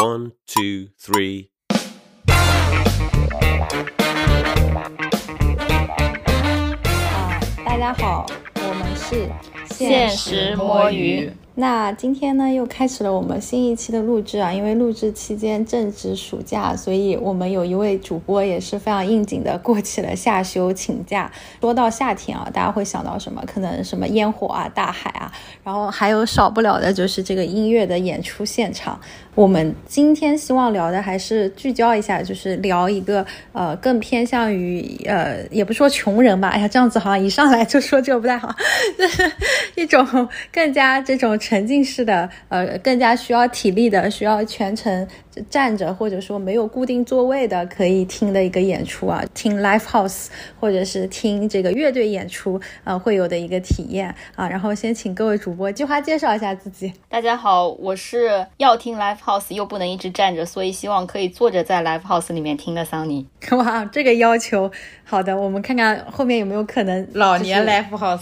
One, two, three. 大家好，我们是现实摸鱼。 那今天呢，又开始了我们新一期的录制啊。因为录制期间正值暑假，所以我们有一位主播也是非常应景的过起了夏休请假。说到夏天啊，大家会想到什么？可能什么烟火啊、大海啊，然后还有少不了的就是这个音乐的演出现场。我们今天希望聊的还是聚焦一下，就是聊一个更偏向于也不说穷人吧，哎呀，这样子好像一上来就说这个不太好，就是一种更加这种沉浸式的更加需要体力的，需要全程站着或者说没有固定座位的可以听的一个演出啊，听 live house 或者是听这个乐队演出会有的一个体验啊。然后先请各位主播计划介绍一下自己。 大家好，我是要听 live house 又不能一直站着，所以希望可以坐着在 live house 里面听的桑尼。 哇，这个要求好的，我们看看后面有没有可能、 老年 live house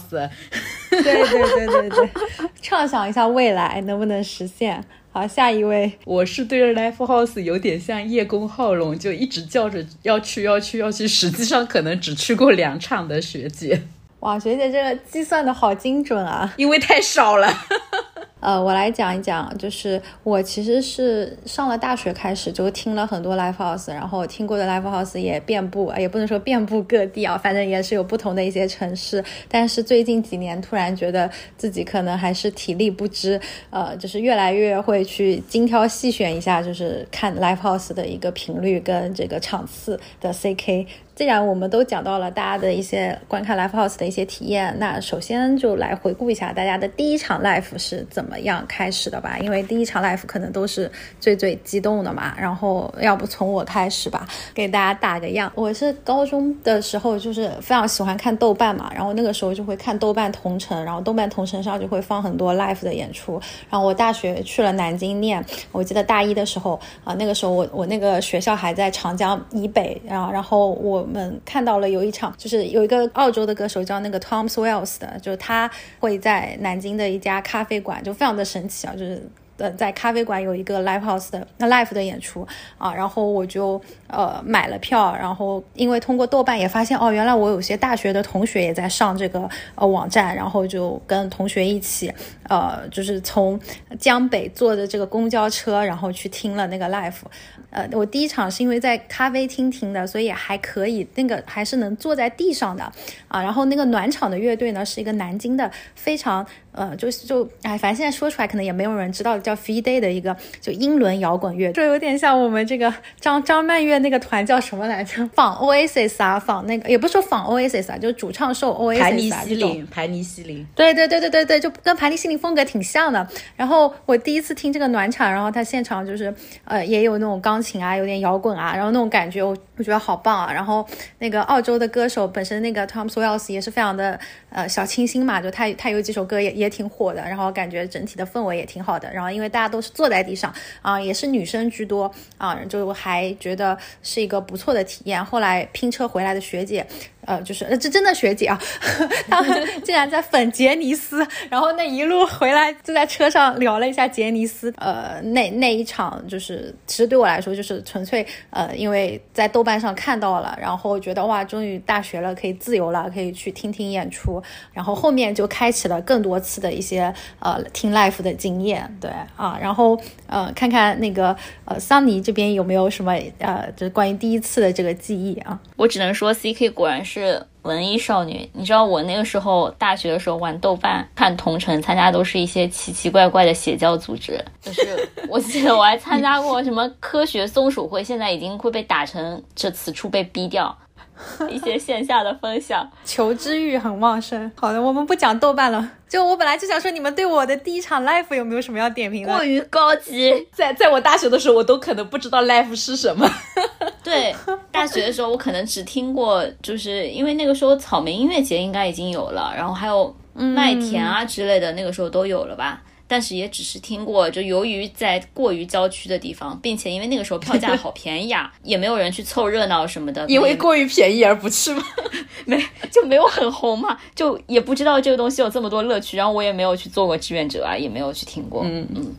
对，畅想一下未来能不能实现。好，下一位。 我是对着 live house 有点像叶公好龙，就一直叫着要去，实际上可能只去过2场的学姐。 哇，学姐这个计算的好精准啊， 因为太少了。 我来讲一讲，就是我其实是上了大学开始就听了很多 live house， 然后听过的 live house 也遍布，也不能说遍布各地啊，反正也是有不同的一些城市。但是最近几年突然觉得自己可能还是体力不支，就是越来越会去精挑细选一下，就是看 live house 的一个频率跟这个场次的 CK。既然我们都讲到了大家的一些观看 live house 的一些体验，那首先就来回顾一下大家的第一场 live 是怎么样开始的吧。因为第一场 live 可能都是最激动的嘛，然后要不从我开始吧，给大家打个样。我是高中的时候就是非常喜欢看豆瓣嘛，然后那个时候就会看豆瓣同城，然后豆瓣同城上就会放很多 live 的演出。然后我大学去了南京念，我记得大一的时候那个时候我那个学校还在长江以北，然后我们看到了有一场，就是有一个澳洲的歌手叫那个 Tom Swells 的，就是他会在南京的一家咖啡馆，就非常的神奇啊，就是在咖啡馆有一个 live house 的 live 的演出啊，然后我就买了票，然后因为通过豆瓣也发现原来我有些大学的同学也在上这个网站，然后就跟同学一起就是从江北坐的这个公交车，然后去听了那个 live。我第一场是因为在咖啡厅听的，所以还可以，那个还是能坐在地上的啊。然后那个暖场的乐队呢是一个南京的非常反正现在说出来可能也没有人知道，叫 Fide 的一个就英伦摇滚乐，就有点像我们这个张曼乐那个团叫什么来着，仿 Oasis 啊，仿那个也不是说仿 Oasis 啊，就主唱受 Oasis 啊， 盘尼西林， 对，就跟盘尼西林风格挺像的。然后我第一次听这个暖场，然后他现场就是也有那种钢琴啊，有点摇滚啊，然后那种感觉我觉得好棒啊。然后那个澳洲的歌手本身那个 Tom Swells 也是非常的小清新嘛，就他有几首歌也挺火的，然后感觉整体的氛围也挺好的。然后因为大家都是坐在地上也是女生居多就还觉得是一个不错的体验。后来拼车回来的学姐就是这真的学姐啊，他们竟然在粉杰尼斯，然后那一路回来就在车上聊了一下杰尼斯。那一场就是其实对我来说就是纯粹因为在豆瓣上看到了，然后觉得哇，终于大学了，可以自由了，可以去听听演出。然后后面就开启了更多次的一些听 live 的经验。对然后看看那个桑尼这边有没有什么就是关于第一次的这个记忆啊。 我只能说 CK 果然是文艺少女。你知道我那个时候大学的时候玩豆瓣看同城，参加都是一些奇奇怪怪的邪教组织，就是我记得我还参加过什么科学松鼠会，现在已经会被打成这此处被逼掉，一些线下的分享。 求知欲很旺盛。好的，我们不讲豆瓣了。就我本来就想说，你们对我的第一场 live 有没有什么要点评的？ 过于高级。 在我大学的时候，我都可能不知道 live 是什么。 对，大学的时候我可能只听过，就是因为那个时候草莓音乐节应该已经有了，然后还有麦田啊之类的，那个时候都有了吧。但是也只是听过，就由于在过于郊区的地方，并且因为那个时候票价好便宜啊，也没有人去凑热闹什么的。 因为过于便宜而不去吗？ 就没有很红嘛，就也不知道这个东西有这么多乐趣，然后我也没有去做过志愿者啊，也没有去听过。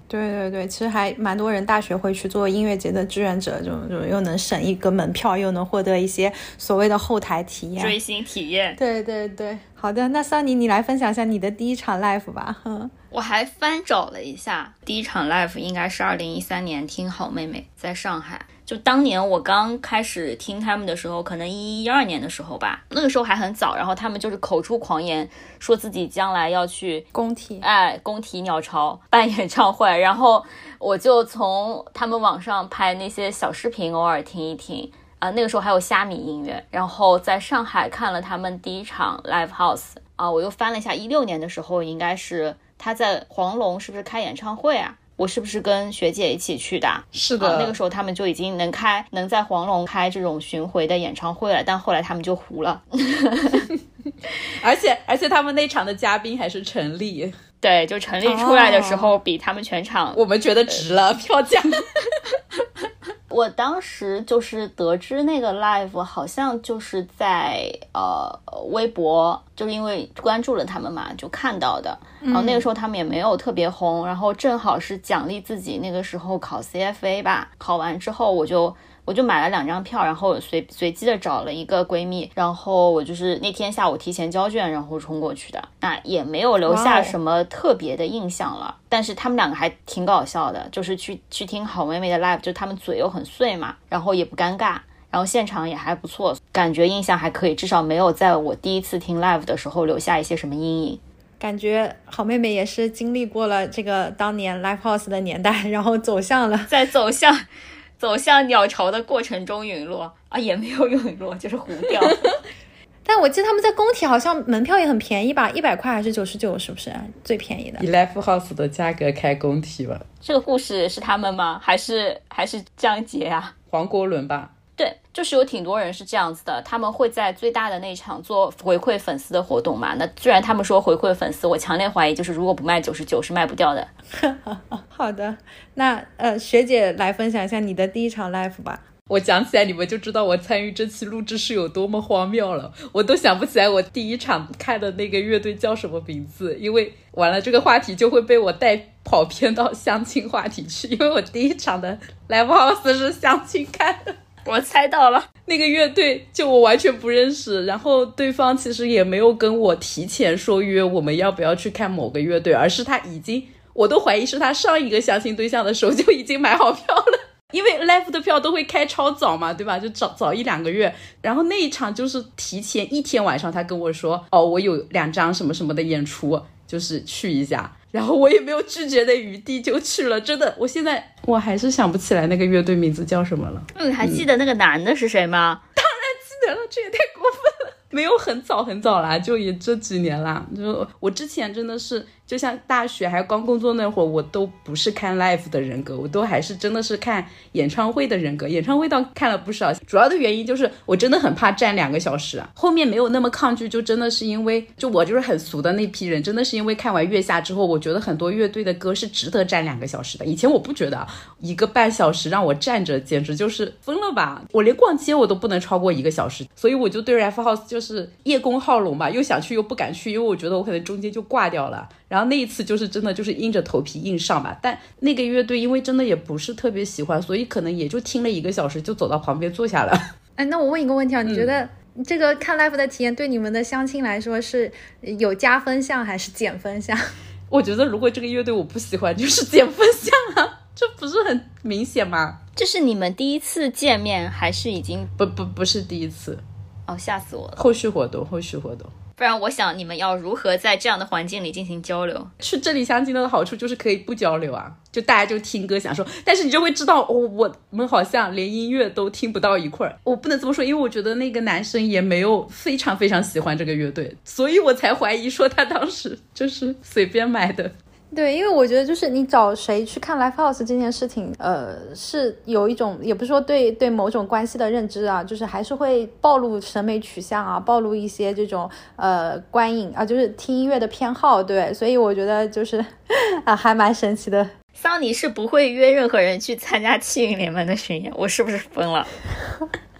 对对对，其实还蛮多人大学会去做音乐节的志愿者，就又能省一个门票，又能获得一些所谓的后台体验、 追星体验。 对对对，好的，那桑尼你来分享一下你的第一场 live 吧。 我还翻找了一下，第一场 live 应该是2013年听好妹妹在上海。就当年我刚开始听他们的时候，可能11、12年的时候吧，那个时候还很早，然后他们就是口出狂言，说自己将来要去工体鸟巢办演唱会，然后我就从他们网上拍那些小视频偶尔听一听那个时候还有虾米音乐，然后在上海看了他们第一场 live house 我又翻了一下16年的时候，应该是他在黄龙是不是开演唱会啊？我是不是跟学姐一起去的？ 是的， 那个时候他们就已经能在黄龙开这种巡回的演唱会了，但后来他们就糊了。 而且他们那场的嘉宾还是陈粒。 对，就陈粒出来的时候比他们全场我们觉得值了票价。 我当时就是得知那个 live 好像就是在微博，就是因为关注了他们嘛，就看到的。然后那个时候他们也没有特别红，然后正好是奖励自己那个时候考 CFA 吧，考完之后我就买了2张票，然后随机的找了一个闺蜜，然后我就是那天下午提前交卷，然后冲过去的。那也没有留下什么特别的印象了，但是他们2个还挺搞笑的，就是去听好妹妹的 live， 就他们嘴又很碎嘛，然后也不尴尬，然后现场也还不错，感觉印象还可以，至少没有在我第一次听 live 的时候留下一些什么阴影。 感觉好妹妹也是经历过了这个当年 live house 的年代，然后走向了在走向鸟巢的过程中陨落也没有陨落，就是糊掉。 但我记得他们在工体好像门票也很便宜吧，100块还是99，是不是最便宜的？ 以 live house 的价格开工体吧。 这个故事是他们吗？还是张杰啊？ 黄国伦吧。 对，就是有挺多人是这样子的，他们会在最大的那场做回馈粉丝的活动嘛。那虽然他们说回馈粉丝，我强烈怀疑就是如果不卖99是卖不掉的。 好的，那学姐来分享一下你的第一场 live 吧。 我讲起来你们就知道我参与这期录制是有多么荒谬了，我都想不起来我第一场看的那个乐队叫什么名字，因为完了这个话题就会被我带跑偏到相亲话题去，因为我第一场的 live house 是相亲看的。 我猜到了， 那个乐队就我完全不认识，然后对方其实也没有跟我提前说约我们要不要去看某个乐队，而是他已经，我都怀疑是他上一个相亲对象的时候就已经买好票了，因为 live 的票都会开超早嘛，对吧，就早1-2个月。然后那一场就是提前1天晚上他跟我说我有2张什么什么的演出，就是去一下，然后我也没有拒绝的余地就去了。真的，我还是想不起来那个乐队名字叫什么了。 你还记得那个男的是谁吗？ 当然记得了，这也太过分了。没有很早啦，就也这几年啦。就我之前真的是就像大学还刚工作那会儿，我都不是看 live 的人格，我都还是真的是看演唱会的人格。演唱会倒看了不少，主要的原因就是我真的很怕站2个小时，后面没有那么抗拒，就真的是因为就我就是很俗的那批人，真的是因为看完月下之后，我觉得很多乐队的歌是值得站2个小时的。以前我不觉得1个半小时让我站着简直就是疯了吧，我连逛街我都不能超过1个小时，所以我就对 live house 就是叶公好龙吧，又想去又不敢去，因为我觉得我可能中间就挂掉了。然后那一次就是真的就是硬着头皮硬上吧，但那个乐队因为真的也不是特别喜欢，所以可能也就听了1个小时就走到旁边坐下了。 那我问一个问题你觉得这个看 live 的体验对你们的相亲来说是有加分项还是减分项？ 我觉得如果这个乐队我不喜欢就是减分项啊，这不是很明显吗？ 这是你们第一次见面还是已经不是第一次？ 吓死我了。 后续活动不然我想你们要如何在这样的环境里进行交流？ 去这里相亲的好处就是可以不交流啊，就大家就听歌享受，但是你就会知道我们好像连音乐都听不到一块儿。我不能这么说，因为我觉得那个男生也没有非常非常喜欢这个乐队，所以我才怀疑说他当时就是随便买的。 对，因为我觉得就是你找谁去看 live house 这件事情，是有一种也不是说对某种关系的认知啊，就是还是会暴露审美取向啊，暴露一些这种观影啊，就是听音乐的偏好，对，所以我觉得就是还蛮神奇的。 桑尼是不会约任何人去参加气运联盟的巡演，我是不是疯了？ 就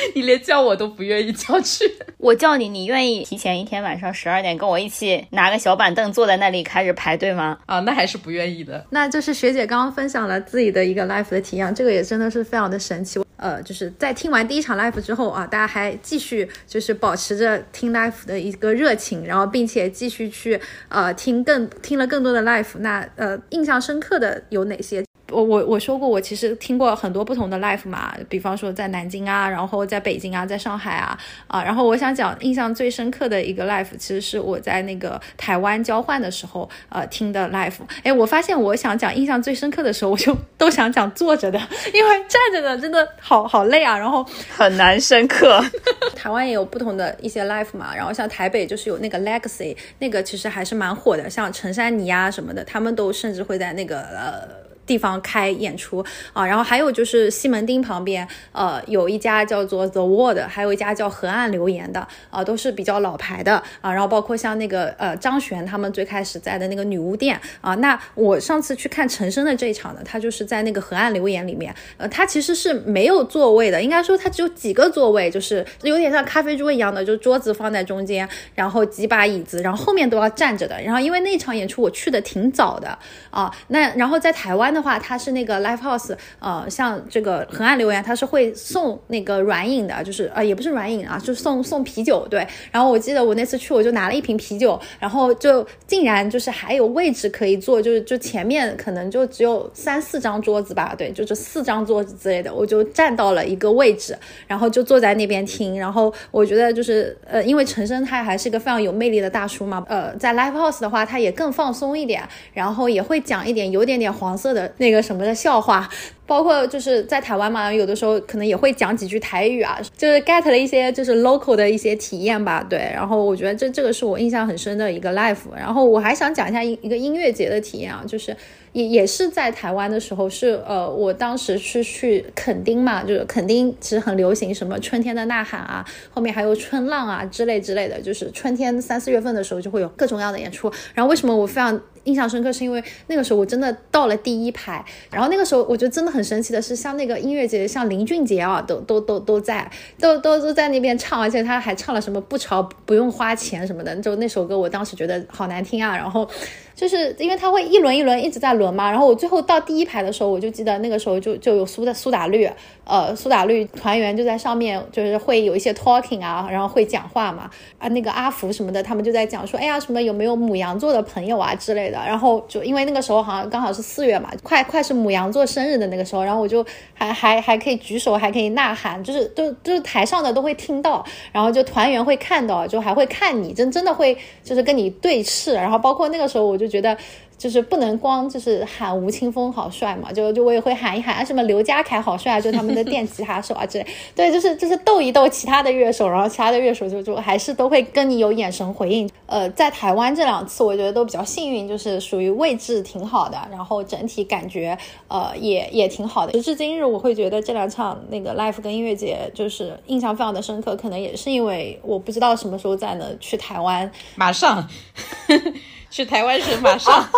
你连叫我都不愿意叫去。 我叫你，你愿意提前一天晚上12点跟我一起拿个小板凳坐在那里开始排队吗？ 啊，那还是不愿意的。 那就是学姐刚刚分享了自己的一个 live 的体验，这个也真的是非常的神奇。就是在听完第一场 live 之后啊，大家还继续就是保持着听 live 的一个热情，然后并且继续去听了更多的 live。那印象深刻的有哪些？我说过，我其实听过很多不同的 live 嘛，比方说在南京啊，然后在北京啊，在上海啊，然后我想讲印象最深刻的一个 live，其实是我在那个台湾交换的时候听的 live。我发现我想讲印象最深刻的时候，我就都想讲坐着的，因为站着的真的好累啊，然后很难深刻。 台湾也有不同的一些 live 嘛，然后像台北就是有那个 Legacy， 那个其实还是蛮火的，像陈珊妮啊什么的，他们都甚至会在那个地方开演出啊，然后还有就是西门町旁边有一家叫做 The Word， 还有一家叫河岸留言的都是比较老牌的啊，然后包括像那个张悬他们最开始在的那个女巫店啊，那我上次去看陈升的这一场呢，他就是在那个河岸留言里面，他其实是没有座位的，应该说他只有几个座位，就是有点像咖啡桌一样的，就桌子放在中间，然后几把椅子，然后后面都要站着的。然后因为那场演出我去的挺早的啊，那然后在台湾的话，它是那个 live house， 像这个河岸留言，它是会送那个软饮的，就是也不是软饮啊，就是送啤酒，对。然后我记得我那次去，我就拿了一瓶啤酒，然后就竟然就是还有位置可以坐，就前面可能就只有3-4张桌子吧，对，就这4张桌子之类的，我就站到了一个位置，然后就坐在那边听。然后我觉得就是因为陈升他还是一个非常有魅力的大叔嘛，在 live house 的话，他也更放松一点，然后也会讲一点有点黄色的那个什么的笑话，包括就是在台湾嘛，有的时候可能也会讲几句台语啊，就是 get 了一些就是 local 的一些体验吧，对。然后我觉得这个是我印象很深的一个 live。 然后我还想讲一下一个音乐节的体验啊，就是也是在台湾的时候，是我当时是去垦丁嘛，就是垦丁其实很流行什么春天的呐喊啊，后面还有春浪啊之类的，就是春天3-4月份的时候就会有各种各样的演出。然后为什么我非常印象深刻，是因为那个时候我真的到了第一排，然后那个时候我觉得真的很神奇的是，像那个音乐节，像林俊杰啊，都在那边唱，而且他还唱了什么不潮不用花钱什么的，就那首歌我当时觉得好难听啊，然后就是因为他会一轮一轮一直在轮嘛，然后我最后到第一排的时候，我就记得那个时候就有苏打绿团员就在上面，就是会有一些 talking 啊，然后会讲话嘛，那个阿福什么的，他们就在讲说，哎呀什么有没有牡羊座的朋友啊之类的，然后就因为那个时候好像刚好是4月嘛，快是牡羊座生日的那个时候，然后我就还可以举手，还可以呐喊，就是台上的都会听到，然后就团员会看到，就还会看你，真的会就是跟你对视，然后包括那个时候我就觉得就是不能光就是喊吴青峰好帅嘛，就我也会喊一喊什么刘家凯好帅啊，就他们的电吉他手啊之类，对，就是逗一逗其他的乐手，然后其他的乐手就还是都会跟你有眼神回应。在台湾这2次我觉得都比较幸运，就是属于位置挺好的，然后整体感觉也挺好的。时至今日我会觉得这2场那个 live 跟音乐节就是印象非常的深刻，可能也是因为我不知道什么时候再能去台湾， 马上去台湾时马上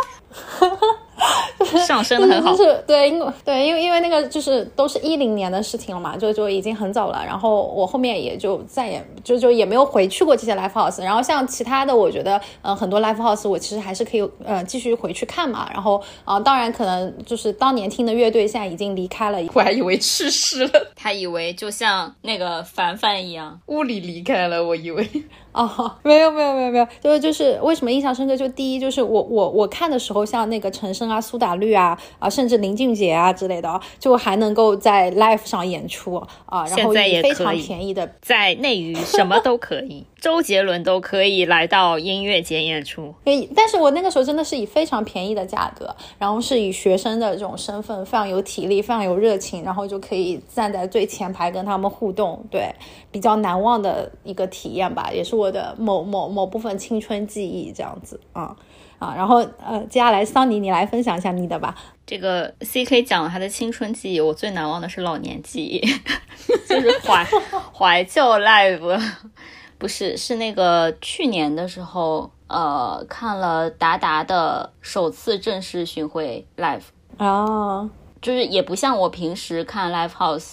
上升的很好， 就是对，因为那个就是都是10年的事情了嘛，就已经很早了。然后我后面也就再也就也没有回去过这些 live house。然后像其他的，我觉得很多 live house 我其实还是可以继续回去看嘛。然后当然可能就是当年听的乐队现在已经离开了， 我还以为去世了， 他以为就像那个凡凡一样物理离开了，我以为。 没有，就是为什么印象深刻？就第一就是我看的时候，像那个陈升啊、苏打绿啊甚至林俊杰啊之类的，就还能够在 live 上演出啊，然后以非常便宜的， 在内娱什么都可以，周杰伦都可以来到音乐节演出。 但是我那个时候真的是以非常便宜的价格，然后是以学生的这种身份，非常有体力，非常有热情，然后就可以站在最前排跟他们互动，对，比较难忘的一个体验吧，也是我的某部分青春记忆这样子然后接下来桑尼你来分享一下你的吧。 这个 CK 讲了他的青春记忆，我最难忘的是老年记忆就是怀旧 live 不是那个去年的时候看了达达的首次正式巡回 live 哦， 就是也不像我平时看 live house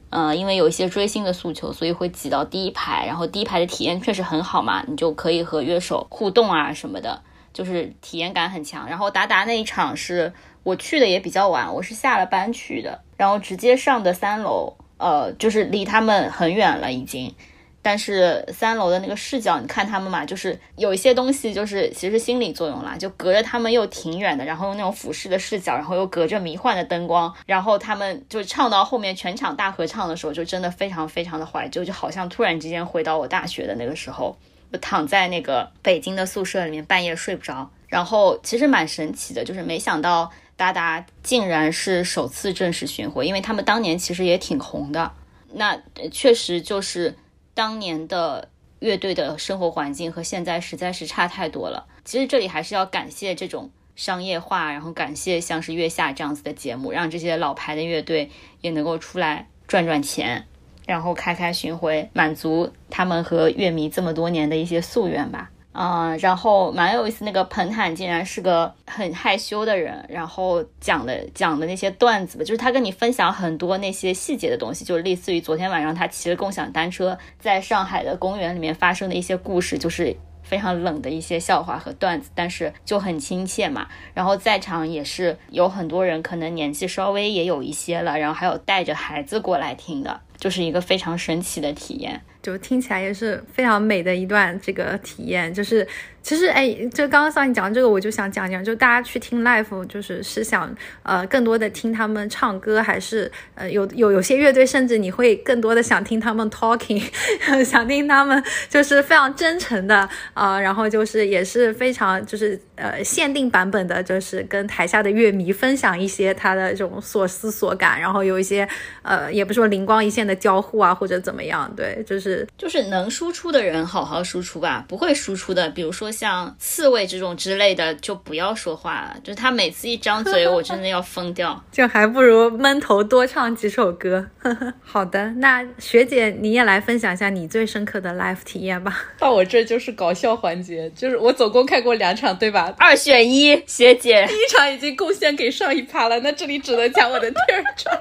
因为有一些追星的诉求，所以会挤到第一排，然后第一排的体验确实很好嘛，你就可以和乐手互动啊什么的，就是体验感很强。然后达达那一场是我去的也比较晚，我是下了班去的，然后直接上的3楼，就是离他们很远了已经。但是3楼的那个视角，你看他们嘛，就是有一些东西就是其实心理作用啦，就隔着他们又挺远的，然后用那种俯视的视角，然后又隔着迷幻的灯光，然后他们就唱到后面全场大合唱的时候，就真的非常非常的怀旧，就好像突然之间回到我大学的那个时候，我躺在那个北京的宿舍里面半夜睡不着。然后其实蛮神奇的，就是没想到达达竟然是首次正式巡回，因为他们当年其实也挺红的。那确实就是当年的乐队的生活环境和现在实在是差太多了。其实这里还是要感谢这种商业化，然后感谢像是月下这样子的节目，让这些老牌的乐队也能够出来赚赚钱，然后开巡回，满足他们和乐迷这么多年的一些夙愿吧。然后蛮有意思，那个彭坦竟然是个很害羞的人，然后讲的那些段子吧，就是他跟你分享很多那些细节的东西，就是类似于昨天晚上他骑着共享单车在上海的公园里面发生的一些故事，就是非常冷的一些笑话和段子，但是就很亲切嘛。然后在场也是有很多人可能年纪稍微也有一些了，然后还有带着孩子过来听的，就是一个非常神奇的体验。 就听起来也是非常美的一段这个体验。就是其实就刚刚像你讲这个，我就想讲讲，就大家去听 live 就是想更多的听他们唱歌，还是有些乐队甚至你会更多的想听他们 talking 想听他们就是非常真诚的然后就是也是非常就是限定版本的，就是跟台下的乐迷分享一些他的这种所思所感，然后有一些也不是说灵光一现的交互啊或者怎么样。对，就是能输出的人好好输出吧，不会输出的比如说像刺猬这种之类的就不要说话了，就是他每次一张嘴我真的要疯掉就还不如闷头多唱几首歌好的，那学姐你也来分享一下你最深刻的 live 体验吧。 到我这就是搞笑环节，就是我总共看过2场对吧 ？2选1，学姐第一场已经贡献给上一趴了，那这里只能讲我的第2场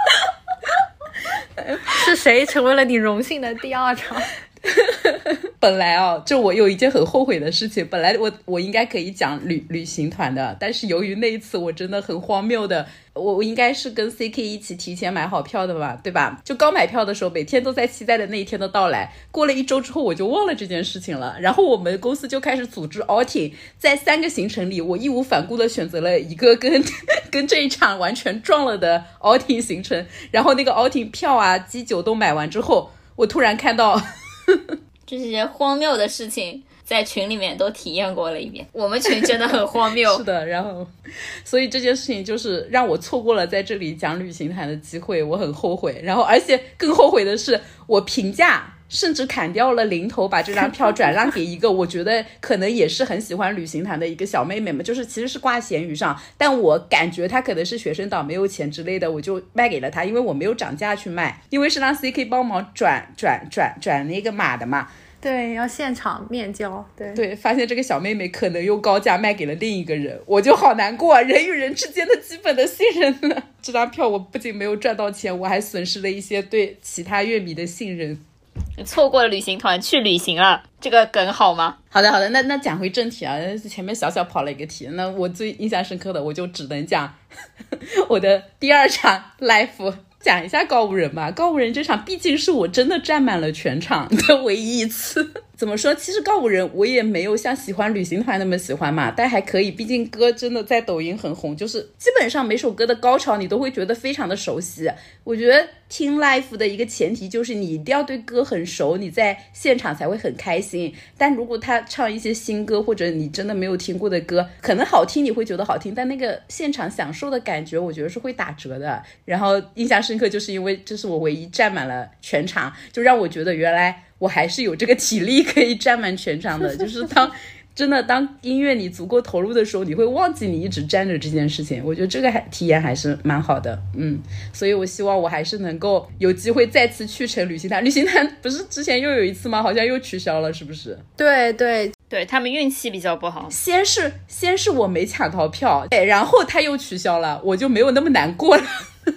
是谁成为了你荣幸的第2场？ 本来就我有一件很后悔的事情，本来我应该可以讲旅行团的，但是由于那一次我真的很荒谬的，我应该是跟 CK 一起提前买好票的吧，对吧？就刚买票的时候每天都在期待的那一天的到来，过了1周之后我就忘了这件事情了，然后我们公司就开始组织 outing， 在3个行程里我义无反顾的选择了一个跟这一场完全撞了的 outing 行程，然后那个 outing 票啊机酒都买完之后，我突然看到这些荒谬的事情在群里面都体验过了一遍，我们群真的很荒谬是的，然后所以这件事情就是让我错过了在这里讲旅行团的机会，我很后悔。然后而且更后悔的是我评价甚至砍掉了零头，把这张票转让给一个我觉得可能也是很喜欢旅行团的一个小妹妹嘛，就是其实是挂闲鱼上，但我感觉她可能是学生党没有钱之类的，我就卖给了她，因为我没有涨价去卖，因为是让 CK 帮忙转那个码的嘛。 对，要现场面交。 对，发现这个小妹妹可能用高价卖给了另一个人，我就好难过，人与人之间的基本的信任呢。这张票我不仅没有赚到钱，我还损失了一些对其他乐迷的信任。 你错过了旅行团去旅行了，这个梗好吗？ 好的，那讲回正题啊，前面小跑了一个题，那我最印象深刻的我就只能讲我的第2场 live。讲一下告五人吧，告五人这场毕竟是我真的占满了全场的唯一一次。怎么说，其实告五人我也没有像喜欢旅行团那么喜欢嘛，但还可以，毕竟歌真的在抖音很红，就是基本上每首歌的高潮你都会觉得非常的熟悉。我觉得听 live 的一个前提就是你一定要对歌很熟，你在现场才会很开心。但如果他唱一些新歌或者你真的没有听过的歌，可能好听你会觉得好听，但那个现场享受的感觉我觉得是会打折的。然后印象深刻就是因为这是我唯一占满了全场，就让我觉得原来我还是有这个体力可以占满全场的，就是当音乐你足够投入的时候，你会忘记你一直站着这件事情，我觉得这个体验还是蛮好的。所以我希望我还是能够有机会再次去成旅行团。旅行团不是之前又有一次吗？好像又取消了，是不是？ 对，他们运气比较不好， 先是我没抢到票，然后他又取消了，我就没有那么难过了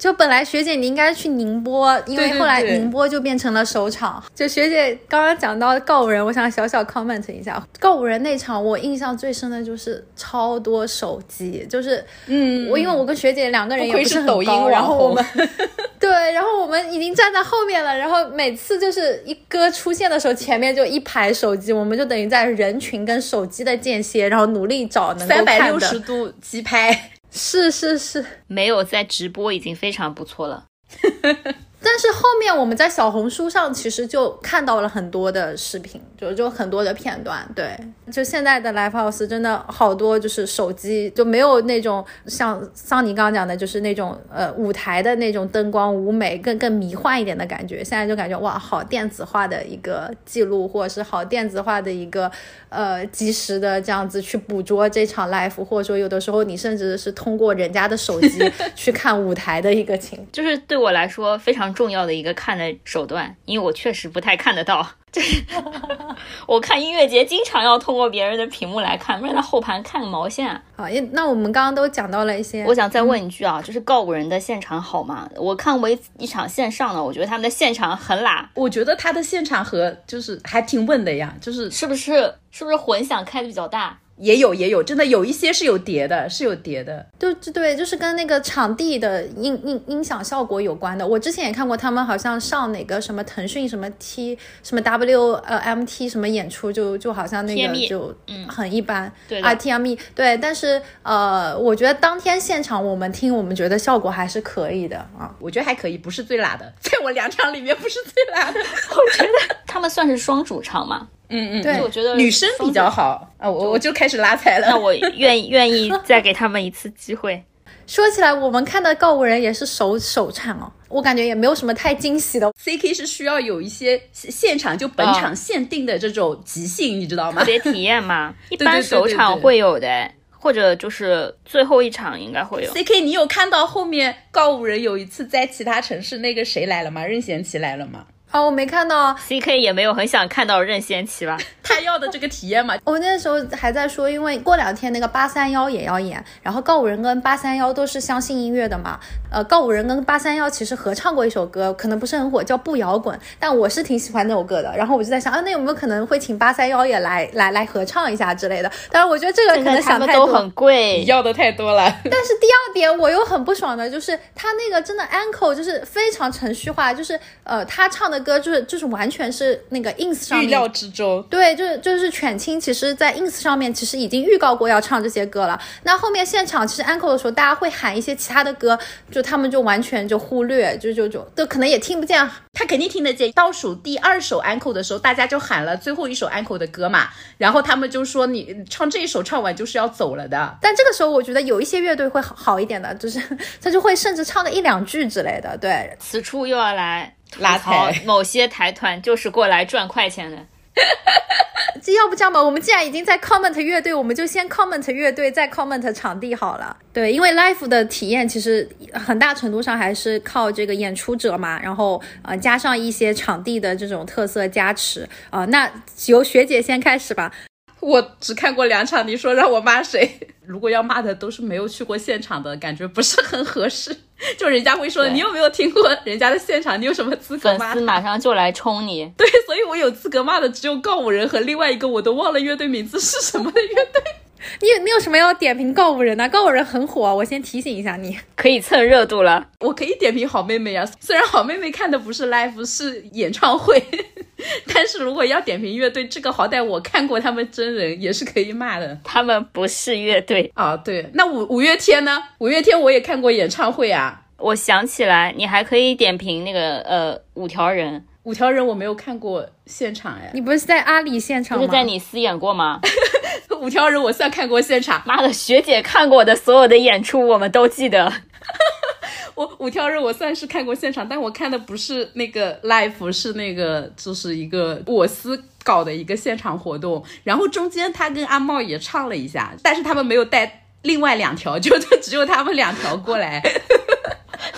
就本来学姐你应该去宁波，因为后来宁波就变成了首场。就学姐刚刚讲到告五人，我想小小 comment 一下，告五人那场我印象最深的就是超多手机，就是因为我跟学姐两个人也不是很高， 不愧是抖音然后我们网红对，然后我们已经站在后面了，然后每次就是一歌出现的时候，前面就一排手机，我们就等于在人群跟手机的间歇，然后努力找能够看的 360度机拍。 是， 没有在直播已经非常不错了。 但是后面我们在小红书上其实就看到了很多的视频，就很多的片段。对，就现在的 live house 真的好多就是手机，就没有那种像桑尼刚刚讲的，就是那种舞台的那种灯光舞美更迷幻一点的感觉。现在就感觉哇，好电子化的一个记录，或者是好电子化的一个及时的这样子去捕捉这场 live， 或者说有的时候你甚至是通过人家的手机去看舞台的一个情就是对我来说非常重要的一个看的手段，因为我确实不太看得到。就是我看音乐节经常要通过别人的屏幕来看，不然在后盘看个毛线啊。 好，那我们刚刚都讲到了一些， 我想再问一句啊，就是告五人的现场好吗？我看过一场线上的，我觉得他们的现场很拉。 我觉得他的现场和就是还挺稳的呀，就是是不是混响开的比较大？ 也有，真的有一些是有叠的， 对，就是跟那个场地的音响效果有关的。我之前也看过他们好像上哪个什么腾讯什么 T 什么 WMT 什么演出，就好像那个就很一般， 对啊 TME 对，但是我觉得当天现场我们听，我们觉得效果还是可以的啊， 我觉得还可以，不是最辣的，在我2场里面不是最辣的。 我觉得他们算是双主唱嘛。 对， 我觉得女生比较好啊，我就开始拉踩了。 那我愿意再给他们一次机会。 说起来，我们看的告五人也是首唱哦，我感觉也没有什么太惊喜的。 CK 是需要有一些现场就本场限定的这种即兴，你知道吗？ 特别体验嘛，一般首场会有的。或者就是最后一场应该会有。 CK 你有看到后面告五人有一次在其他城市那个谁来了吗？任贤齐来了吗？ 我没看到。 CK 也没有很想看到任贤齐吧。 他要的这个体验嘛。 我那时候还在说，因为过2天那个831也要演，然后告五人跟831都是相信音乐的嘛。告五人跟831其实合唱过一首歌，可能不是很火，叫不摇滚，但我是挺喜欢那首歌的。然后我就在想那有没有可能会请831也来合唱一下之类的。但是我觉得这个可能想太多， 都很贵， 你要的太多了。 但是第二点我又很不爽的就是他那个真的 encore 就是非常程序化，就是他唱的歌就是完全是那个 ins 上面预料之中。 对，就是犬青其实在 ins 上面其实已经预告过要唱这些歌了。那后面现场其实 encore 的时候大家会喊一些其他的歌，就他们就完全就忽略，就可能也听不见。 他肯定听得见。倒数第2首 encore 的时候大家就喊了最后一首 encore 的歌嘛，然后他们就说你唱这一首唱完就是要走了的。 但这个时候我觉得有一些乐队会好一点的，就是他就会甚至唱个1-2句之类的。对， 此处又要来拉踩某些台团就是过来赚快钱的。 要不这样吧，我们既然已经在 comment 乐队，我们就先 comment 乐队再 comment 场地好了。对，因为 live 的体验其实很大程度上还是靠这个演出者嘛，然后加上一些场地的这种特色加持那由学姐先开始吧。 我只看过2场，你说让我骂谁？如果要骂的都是没有去过现场的，感觉不是很合适。就人家会说你有没有听过人家的现场，你有什么资格骂？ 粉丝马上就来冲你。 对，所以我有资格骂的只有告五人和另外一个我都忘了乐队名字是什么的乐队。 你有什么要点评告五人呢？告五人很火，我先提醒一下你， 可以蹭热度了。 我可以点评好妹妹啊，虽然好妹妹看的不是 live 是演唱会，但是如果要点评乐队，这个好歹我看过他们真人，也是可以骂的。 他们不是乐队啊。对，那五月天呢？五月天我也看过演唱会啊。 我想起来，你还可以点评那个五条人。 五条人我没有看过现场哎。 你不是在阿里现场吗？ 不是在你私演过吗？ 五条人我算看过现场。 妈的，学姐看过的所有的演出我们都记得。 我五条人我算是看过现场，但我看的不是那个 live， 是那个就是一个我司搞的一个现场活动，然后中间他跟阿茂也唱了一下，但是他们没有带另外2条，就只有他们2条过来。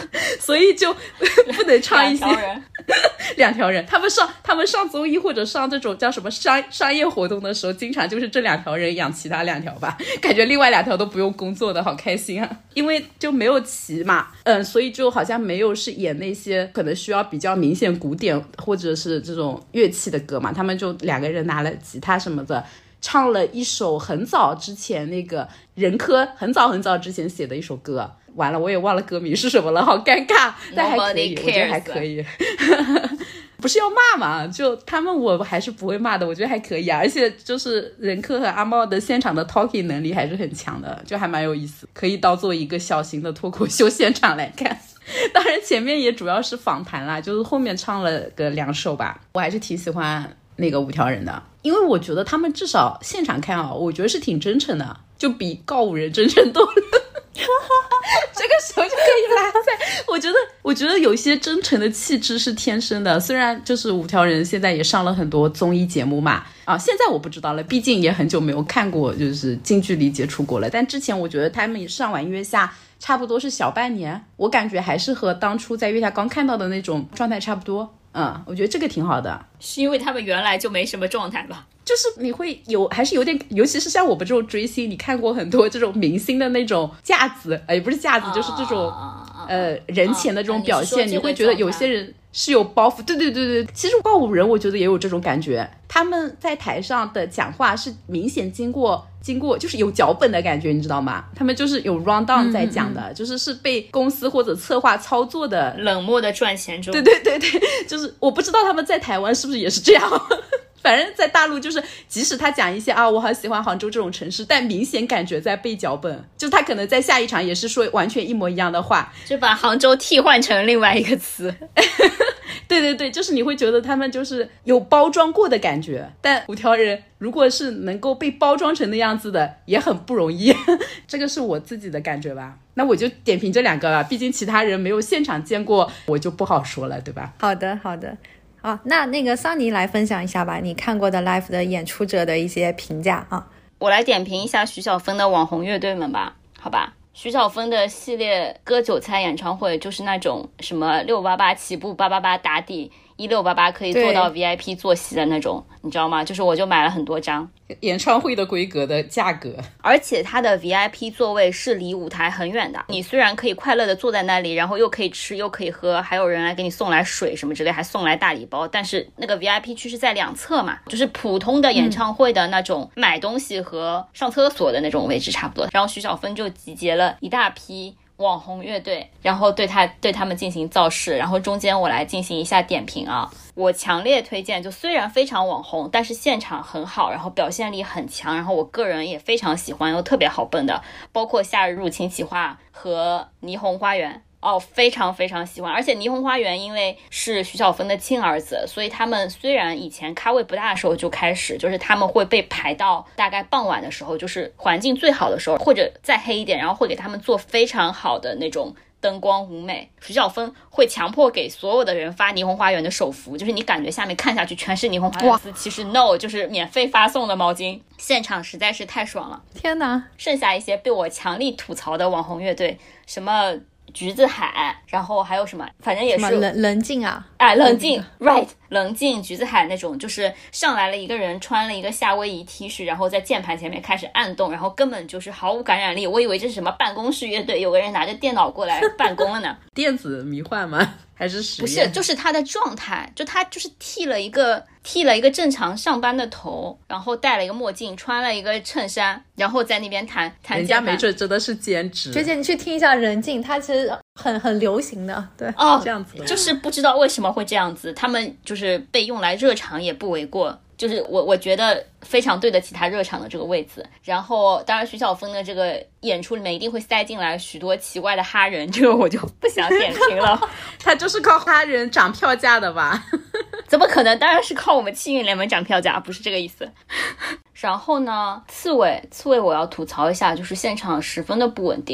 所以就不能唱一些两条人， 他们上综艺或者上这种叫什么商业活动的时候，经常就是这2条人养其他2条吧，感觉另外2条都不用工作的，好开心啊！因为就没有齐嘛，所以就好像没有是演那些可能需要比较明显古典或者是这种乐器的歌嘛，他们就2个人拿了吉他什么的，唱了一首很早之前那个任科很早之前写的一首歌。完了，我也忘了歌名是什么了，好尴尬，但还可以，我觉得还可以。不是要骂嘛，就他们我还是不会骂的，我觉得还可以啊。而且就是任科和阿茂的现场的 talking 能力还是很强的，就还蛮有意思，可以当做一个小型的脱口秀现场来看。当然前面也主要是访谈啦，就是后面唱了个2首吧，我还是挺喜欢那个5条人的，因为我觉得他们至少现场看啊，我觉得是挺真诚的，就比告五人真诚多了。这个时候就可以拉踩。我觉得有些真诚的气质是天生的，虽然就是5条人现在也上了很多综艺节目嘛，现在我不知道了，毕竟也很久没有看过就是近距离接触过了，但之前我觉得他们上完月下差不多是小半年，我感觉还是和当初在月下刚看到的那种状态差不多。我觉得这个挺好的。 是因为他们原来就没什么状态吧？ 就是你会有还是有点，尤其是像我们这种追星，你看过很多这种明星的那种架子，也不是架子，就是这种人前的这种表现，你会觉得有些人是有包袱。对，其实告五人我觉得也有这种感觉，他们在台上的讲话是明显经过就是有脚本的感觉，你知道吗？他们就是有 round down 在讲的，就是被公司或者策划操作的， 冷漠的赚钱中。 对，就是我不知道他们在台湾是不是也是这样。反正在大陆就是即使他讲一些我好喜欢杭州这种城市，但明显感觉在背脚本，就他可能在下一场也是说完全一模一样的话， 就把杭州替换成另外一个词。 对，就是你会觉得他们就是有包装过的感觉，但5条人如果是能够被包装成那样子的也很不容易。这个是我自己的感觉吧。那我就点评这2个吧，毕竟其他人没有现场见过，我就不好说了，对吧？ 好的那个桑尼来分享一下吧，你看过的 live 的演出者的一些评价啊。 我来点评一下徐小凤的网红乐队们吧，好吧。徐小凤的系列割韭菜演唱会就是那种什么688起步888打底1688可以做到 VIP 坐席的那种，你知道吗？就是我就买了很多张， 演唱会的规格的价格， 而且它的 VIP 座位是离舞台很远的，你虽然可以快乐的坐在那里，然后又可以吃又可以喝，还有人来给你送来水什么之类，还送来大礼包，但是那个 VIP 区是在2侧嘛，就是普通的演唱会的那种买东西和上厕所的那种位置差不多。然后徐小凤就集结了一大批网红乐队，然后对他们进行造势，然后中间我来进行一下点评啊。我强烈推荐，就虽然非常网红，但是现场很好，然后表现力很强，然后我个人也非常喜欢又特别好蹦的，包括夏日入侵企划和霓虹花园。非常非常喜欢。而且霓虹花园因为是徐小凤的亲儿子，所以他们虽然以前咖位不大的时候就开始，就是他们会被排到大概傍晚的时候，就是环境最好的时候，或者再黑一点，然后会给他们做非常好的那种灯光舞美。徐小凤会强迫给所有的人发霓虹花园的手幅，就是你感觉下面看下去全是霓虹花园丝，其实 no 就是免费发送的毛巾。现场实在是太爽了， 天哪！ 剩下一些被我强力吐槽的网红乐队，什么橘子海，然后还有什么，反正也是冷静啊， 冷静 right 冷静橘子海那种，就是上来了一个人穿了一个夏威夷 T 恤，然后在键盘前面开始按动，然后根本就是毫无感染力，我以为这是什么办公室乐队，有个人拿着电脑过来办公了呢。 电子迷幻吗？还是实验？ 不是，就是他的状态，就他就是剃了一个正常上班的头，然后戴了一个墨镜，穿了一个衬衫，然后在那边弹人家没准真的是兼职。 学姐你去听一下任静，他其实很流行的。对， 这样子的， 就是不知道为什么会这样子，他们就是被用来热场也不为过，就是我觉得非常对得起他热场的这个位置。然后当然徐小凤的这个演出里面一定会塞进来许多奇怪的哈人，这个我就不想点评了。 他就是靠哈人涨票价的吧？ 怎么可能？当然是靠我们气运联盟涨票价，不是这个意思。然后呢，刺猬我要吐槽一下，就是现场十分的不稳定，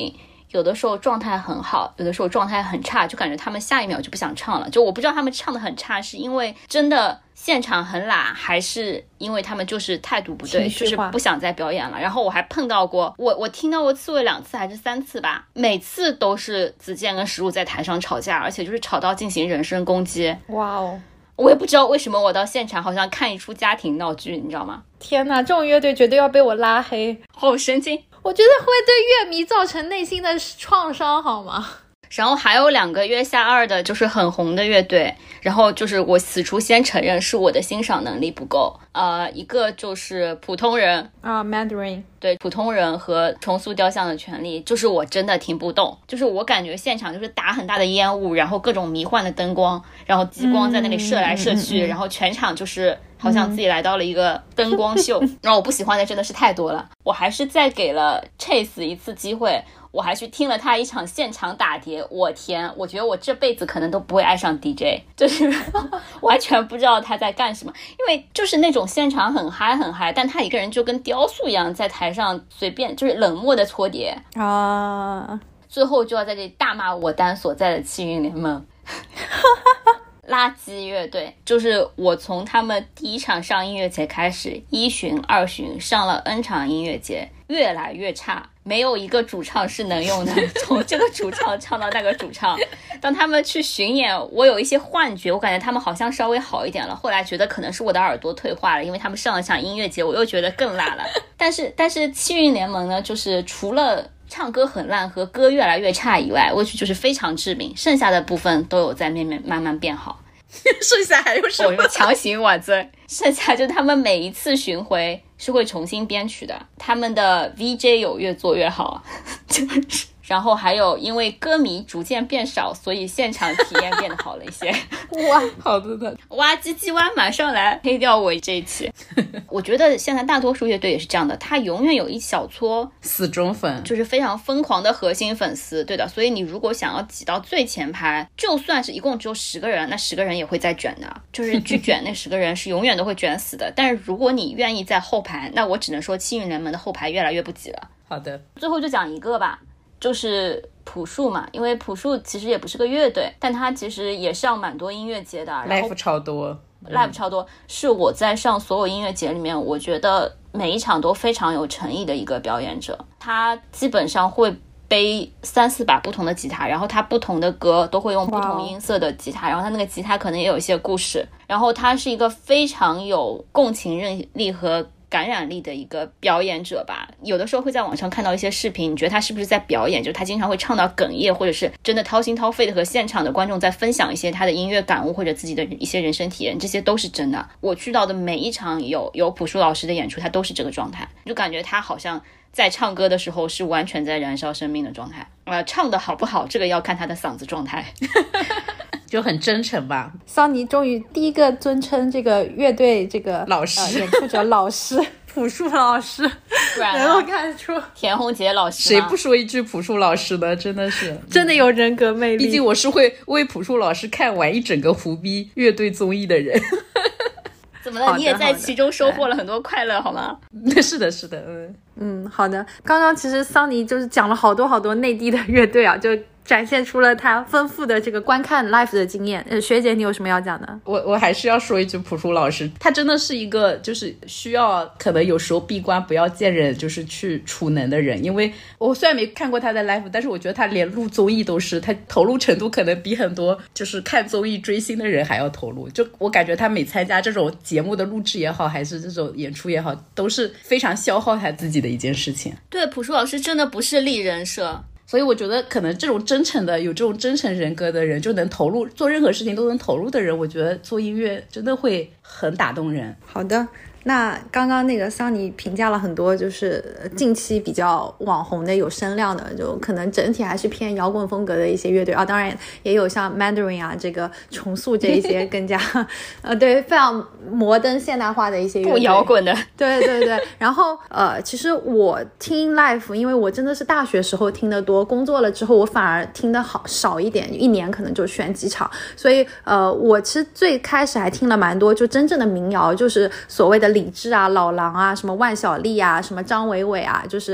有的时候状态很好，有的时候状态很差，就感觉他们下一秒就不想唱了。就我不知道他们唱的很差是因为真的现场很懒，还是因为他们就是态度不对，就是不想再表演了。然后我还碰到过，我听到过刺猬2次还是3次吧，每次都是子健跟石璐在台上吵架，而且就是吵到进行人身攻击。 哇哦！ 我也不知道为什么我到现场好像看一出家庭闹剧，你知道吗？ 天哪，这种乐队绝对要被我拉黑， 好神经！ 我觉得会对乐迷造成内心的创伤，好吗？ 然后还有2个月下2的就是很红的乐队，然后就是我此处先承认是我的欣赏能力不够，一个就是普通人啊，Mandarin， 对，普通人和重塑雕像的权利，就是我真的听不懂，就是我感觉现场就是打很大的烟雾，然后各种迷幻的灯光，然后激光在那里射来射去，然后全场就是好像自己来到了一个灯光秀，然后我不喜欢的真的是太多了，我还是再给了 Chase 一次机会。我还去听了他一场现场打碟，我天，我觉得我这辈子可能都不会爱上 DJ， 就是完全不知道他在干什么，因为就是那种现场很嗨很嗨，但他一个人就跟雕塑一样在台上随便就是冷漠的搓碟啊， 最后就要在这里大骂我单所在的气运联盟垃圾乐队。就是我从他们第一场上音乐节开始，1巡2巡上了 N 场音乐节，越来越差，没有一个主唱是能用的，从这个主唱唱到那个主唱。当他们去巡演，我有一些幻觉，我感觉他们好像稍微好一点了，后来觉得可能是我的耳朵退化了，因为他们上了场音乐节，我又觉得更辣了。但是气运联盟呢，就是除了唱歌很烂和歌越来越差以外，我就是非常致命，剩下的部分都有在慢慢变好。 剩下还有什么？ 我强行挽尊，剩下就他们每一次巡回是会重新编曲的，他们的 VJ 有越做越好，就是然后还有因为歌迷逐渐变少，所以现场体验变得好了一些。 哇， 好的的， 哇唧唧哇，马上来黑掉我这一期。我觉得现在大多数乐队也是这样的，他永远有一小撮死忠粉， 就是非常疯狂的核心粉丝，对的。所以你如果想要挤到最前排，就算是一共只有10个人，那10个人也会再卷的，就是去卷那10个人是永远都会卷死的。但是如果你愿意在后排，那我只能说气运联盟的后排越来越不挤了。 好的， 最后就讲一个吧，就是朴树嘛，因为朴树其实也不是个乐队，但他其实也上蛮多音乐节的，然后 live 超多 ，live 超多，是我在上所有音乐节里面，我觉得每一场都非常有诚意的一个表演者。他基本上会背3-4把不同的吉他，然后他不同的歌都会用不同音色的吉他，然后他那个吉他可能也有一些故事，然后他是一个非常有共情力和感染力的一个表演者吧。有的时候会在网上看到一些视频，你觉得他是不是在表演，就是他经常会唱到哽咽，或者是真的掏心掏肺的和现场的观众在分享一些他的音乐感悟或者自己的一些人生体验，这些都是真的。我去到的每一场有朴树老师的演出，他都是这个状态，就感觉他好像在唱歌的时候是完全在燃烧生命的状态。唱的好不好，这个要看他的嗓子状态。 就很真诚吧。 桑尼终于第一个尊称这个乐队这个老师、 演出者老师朴树老师， 不然能够看出田宏杰老师谁不说一句朴树老师的，真的是真的有人格魅力。 毕竟我是会为朴树老师看完一整个胡逼乐队综艺的人。 怎么了？你也在其中收获了很多快乐好吗？ 是的是的， 好的。刚刚其实桑尼就是讲了好多好多内地的乐队啊，就展现出了他丰富的这个观看 live 的经验。学姐你有什么要讲的？ 我还是要说一句，朴树老师他真的是一个就是需要可能有时候闭关不要见人就是去储能的人。因为我虽然没看过他的 live， 但是我觉得他连录综艺都是他投入程度可能比很多就是看综艺追星的人还要投入。就我感觉他每参加这种节目的录制也好，还是这种演出也好，都是非常消耗他自己的一件事情。 对，朴树老师真的不是立人设， 所以我觉得可能这种真诚的有这种真诚人格的人，就能投入做任何事情都能投入的人，我觉得做音乐真的会很打动人。 好的，那刚刚那个桑尼评价了很多就是近期比较网红的有声量的，就可能整体还是偏摇滚风格的一些乐队啊，当然也有像 Mandarin 啊这个重塑这一些更加对非常摩登现代化的一些乐队， 不摇滚的。 对对对。然后其实我听 live 因为我真的是大学时候听得多，工作了之后我反而听得少一点，一年可能就选几场。所以我其实最开始还听了蛮多就真正的民谣，就是所谓的李志啊、老狼啊、什么万晓利啊、什么张伟伟啊，就是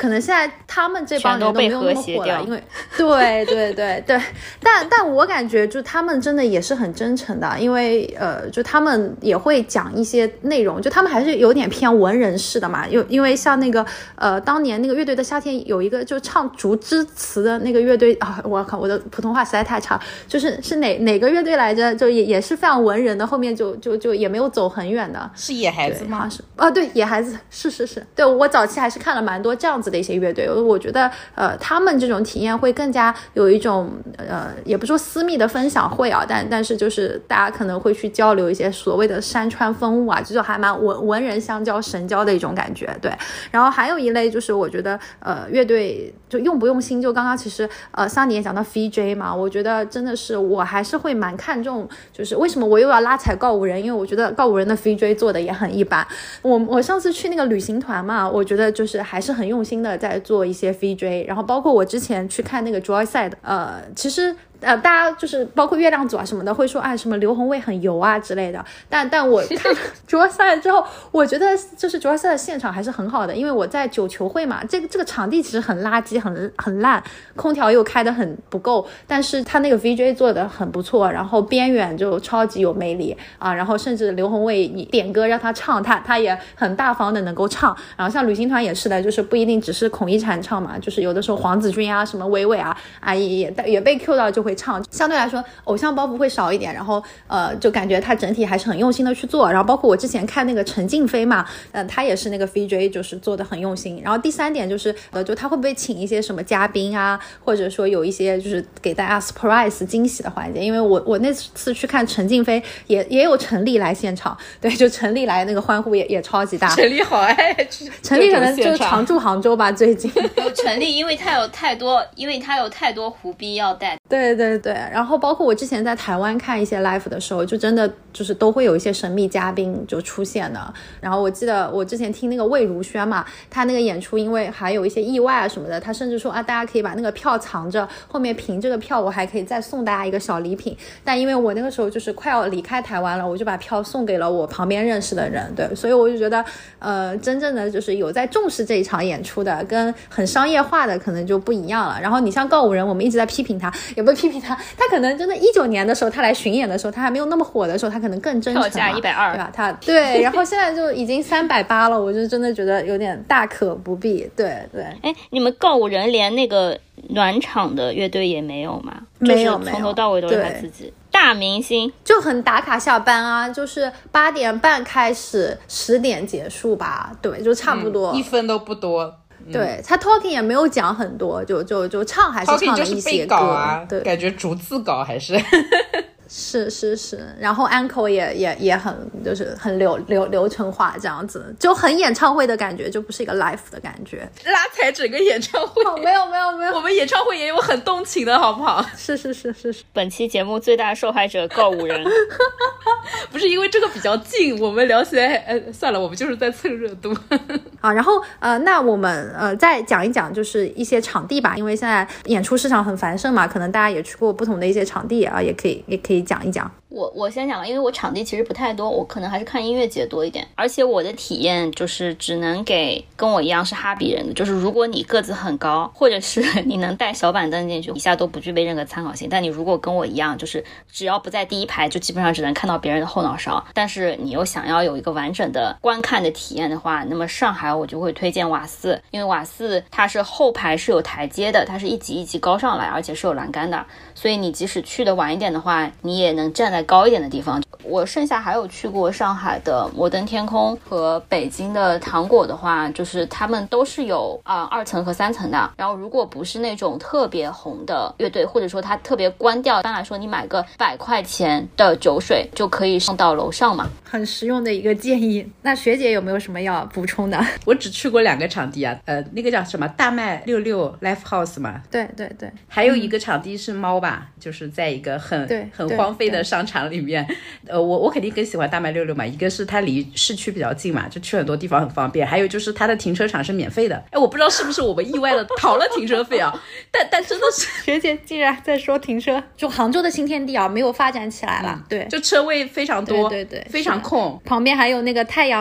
可能现在他们这帮人都没有那么火了，因为对，但我感觉就他们真的也是很真诚的，因为就他们也会讲一些内容，就他们还是有点偏文人式的嘛，因为像那个当年那个乐队的夏天有一个就唱竹枝词的那个乐队啊，我靠，我的普通话实在太差，是哪个乐队来着？就也是非常文人的，后面就也没有走很远的。 是野孩子吗？ 对，野孩子是，对，我早期还是看了蛮多这样子的一些乐队，我觉得他们这种体验会更加有一种也不说私密的分享会啊，但是就是大家可能会去交流一些所谓的山川风物啊，这就还蛮文人相交神交的一种感觉。对，然后还有一类就是我觉得乐队就用不用心，就刚刚其实桑尼也讲到 VJ 嘛，我觉得真的是我还是会蛮看重，就是为什么我又要拉踩告五人，因为我觉得告五人的 VJ 做的也很一般。我上次去那个旅行团嘛，我觉得就是还是很用心的在做一些 VJ， 然后包括我之前去看那个 Joyside， 其实大家就是包括月亮组啊什么的会说什么刘宏卫很油啊之类的，但我看Joyside 之后，我觉得就是 Joyside 的现场还是很好的，因为我在九球会嘛，这个场地其实很垃圾，很烂，空调又开得很不够，但是他那个 VJ 做的很不错，然后边远就超级有魅力啊，然后甚至刘宏卫你点歌让他唱，他也很大方的能够唱，然后像旅行团也是的，就是不一定只是孔一婵唱嘛，就是有的时候黄子君啊什么伟伟啊也被 Q 到就会唱，相对来说偶像包袱会少一点，然后就感觉他整体还是很用心的去做，然后包括我之前看那个陈静飞嘛，他也是那个 VJ 就是做的很用心，然后第三点就是就他会不会请一些什么嘉宾啊，或者说有一些就是给大家 surprise 惊喜的环节，因为我那次去看陈静飞也有陈粒来现场，对，就陈粒来那个欢呼也超级大， 陈粒好爱去， 陈粒可能就常驻杭州吧最近陈粒因为他有太多胡逼要带， 对，然后包括我之前在台湾看一些 live 的时候，就真的就是都会有一些神秘嘉宾就出现的，然后我记得我之前听那个魏如萱嘛，他那个演出因为还有一些意外啊什么的，他甚至说大家可以把那个票藏着，后面凭这个票我还可以再送大家一个小礼品，但因为我那个时候就是快要离开台湾了，我就把票送给了我旁边认识的人，对，所以我就觉得真正的就是有在重视这一场演出的跟很商业化的可能就不一样了，然后你像告五人我们一直在批评他，也不批评他可能真的19年的时候他来巡演的时候，他还没有那么火的时候，他可能更真诚， 票价120， 对吧？对，然后现在就已经380了，我就真的觉得有点大可不必。对， 你们告五人连那个暖场的乐队也没有吗？ 没有， 从头到尾都是他自己。大明星就很打卡下班啊，就是8点半开始10点结束吧，对，就差不多 1分都不多。 对，他 talking 也没有讲很多，就唱还是唱了一些歌啊， 对， 感觉逐字稿还是是，然后 uncle 也很就是很流程化这样子，就很演唱会的感觉，就不是一个 live 的感觉。 拉踩整个演唱会， 没有， 我们演唱会也有很动情的好不好？ 是。 本期节目最大受害者告五人， 不是因为这个比较近，我们聊起来，算了，我们就是在蹭热度。 好，然后那我们再讲一讲就是一些场地吧，因为现在演出市场很繁盛嘛，可能大家也去过不同的一些场地啊，也可以讲一讲。 我先讲，因为我场地其实不太多，我可能还是看音乐节多一点，而且我的体验就是只能给跟我一样是哈比人的，就是如果你个子很高，或者是你能带小板凳进去，以下都不具备任何参考性。但你如果跟我一样，就是只要不在第一排，就基本上只能看到别人的后脑勺，但是你又想要有一个完整的观看的体验的话，那么上海我就会推荐瓦四，因为瓦四它是后排是有台阶的，它是一级一级高上来，而且是有栏杆的，所以你即使去的晚一点的话，你也能站在高一点的地方。我剩下还有去过上海的摩登天空和北京的糖果的话，就是他们都是有2层和3层的，然后如果不是那种特别红的乐队，或者说它特别关调，一般来说你买个100块钱的酒水就可以上到楼上嘛， 很实用的一个建议。那学姐有没有什么要补充的？ 我只去过2个场地啊，那个叫什么大麦66 Live House 嘛， 对， 还有一个场地是猫吧，就是在一个很荒废的商场里面。我肯定更喜欢大麦66嘛，一个是它离市区比较近嘛，就去很多地方很方便，还有就是它的停车场是免费的。我不知道是不是我们意外的逃了停车费啊，但真的是学姐竟然在说停车，就杭州的新天地啊，没有发展起来了，对， 就车位非常多， 对， 非常空， 旁边还有那个太阳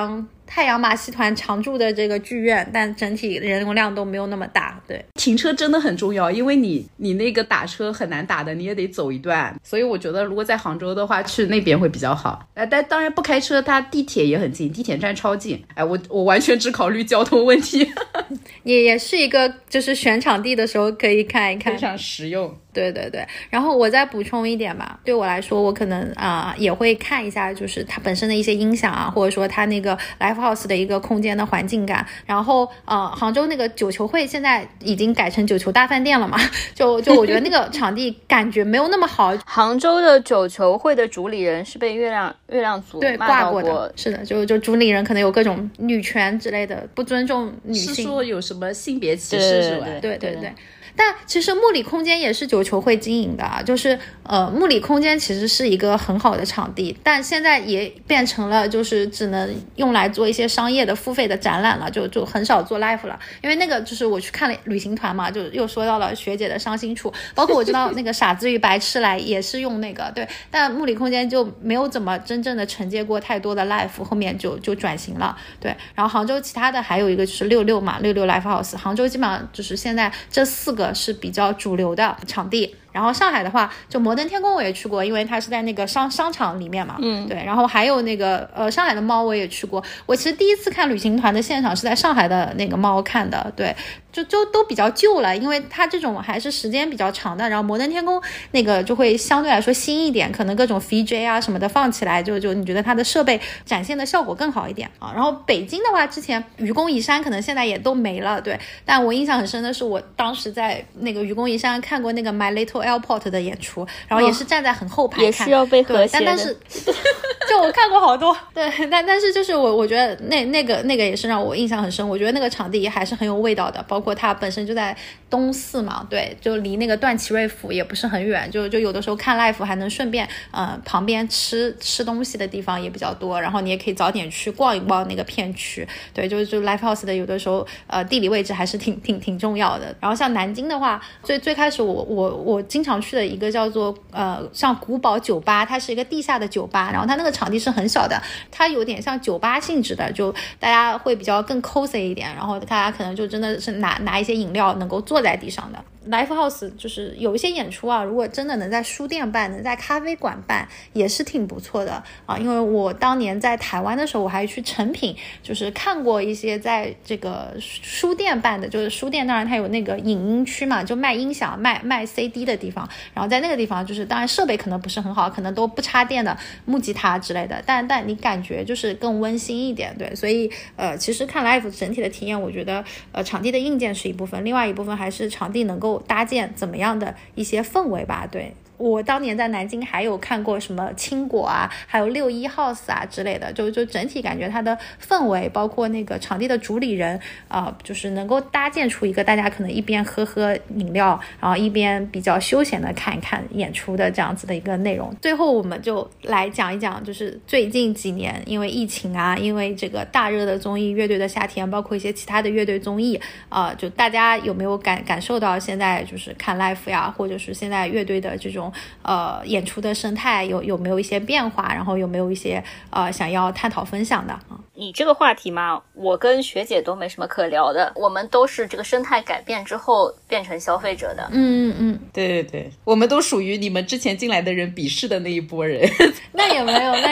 太阳马戏团常驻的这个剧院，但整体人流量都没有那么大。对， 停车真的很重要，因为你那个打车很难打的，你也得走一段，所以我觉得如果在杭州的话，去那边会比较好。但当然不开车，它地铁也很近，地铁站超近。我完全只考虑交通问题， 也是一个就是选场地的时候可以看一看， 非常实用。 对对对，然后我再补充一点吧，对我来说，我可能也会看一下，就是它本身的一些音响啊，或者说它那个 live house 的一个空间的环境感。然后杭州那个九球会现在已经改成九球大饭店了嘛，就我觉得那个场地感觉没有那么好。 杭州的九球会的主理人是被月亮组对挂过的，是的，就主理人可能有各种女权之类的，不尊重女性， 是说有什么性别歧视是吧？ 对对对。但其实木里空间也是九球会经营的啊，就是木里空间其实是一个很好的场地，但现在也变成了就是只能用来做一些商业的付费的展览了，就很少做 live 了。因为那个就是我去看了旅行团嘛，就又说到了学姐的伤心处，包括我知道那个傻子与白痴来也是用那个，对，但木里空间就没有怎么真正的承接过太多的 live， 后面就转型了。对，然后杭州其他的还有一个就是66嘛，66 live house， 杭州基本上就是现在这4个是比较主流的场地。然后上海的话，就摩登天宫我也去过，因为它是在那个商场里面嘛，对。然后还有那个上海的猫我也去过，我其实第一次看旅行团的现场是在上海的那个猫看的，对，就都比较旧了，因为它这种还是时间比较长的。然后摩登天宫那个就会相对来说新一点，可能各种 VJ 啊什么的放起来，就你觉得它的设备展现的效果更好一点啊。然后北京的话，之前愚公移山可能现在也都没了，对。但我印象很深的是，我当时在那个愚公移山看过那个 My Little Airport 的演出，然后也是站在很后排看， 也是要被和谐的， 但是就我看过好多，对，但是就是我觉得那个也是让我印象很深，我觉得那个场地还是很有味道的，包括它本身就在东四嘛，对，就离那个段祺瑞府也不是很远，就有的时候看 live 还能顺便旁边吃东西的地方也比较多，然后你也可以早点去逛一逛那个片区，对，就 live house 的有的时候地理位置还是挺重要的。然后像南京的话，最开始我经常去的一个叫做像古堡酒吧，它是一个地下的酒吧，然后它那个场地是很小的，它有点像酒吧性质的，就大家会比较更 cozy 一点，然后大家可能就真的是拿一些饮料能够坐在地上的。live house 就是有一些演出啊，如果真的能在书店办，能在咖啡馆办，也是挺不错的啊。因为我当年在台湾的时候，我还去诚品，就是看过一些在这个书店办的，就是书店当然它有那个影音区嘛，就卖音响、卖 CD 的地方，然后在那个地方就是当然设备可能不是很好，可能都不插电的木吉他之类的，但你感觉就是更温馨一点，对。所以其实看 live 整体的体验，我觉得场地的硬件是一部分，另外一部分还是场地能够搭建怎么样的一些氛围吧，对。我当年在南京还有看过什么青果啊，还有61 house 啊之类的，就整体感觉它的氛围，包括那个场地的主理人就是能够搭建出一个大家可能一边喝饮料，然后一边比较休闲的看一看演出的这样子的一个内容。最后我们就来讲一讲，就是最近几年因为疫情啊，因为这个大热的综艺乐队的夏天，包括一些其他的乐队综艺就大家有没有感受到现在就是看 live 呀，或者是现在乐队的这种演出的生态有没有一些变化，然后有没有一些想要探讨分享的你这个话题嘛，我跟学姐都没什么可聊的，我们都是这个生态改变之后变成消费者的。 对对对，我们都属于你们之前进来的人鄙视的那一波人。 那也没有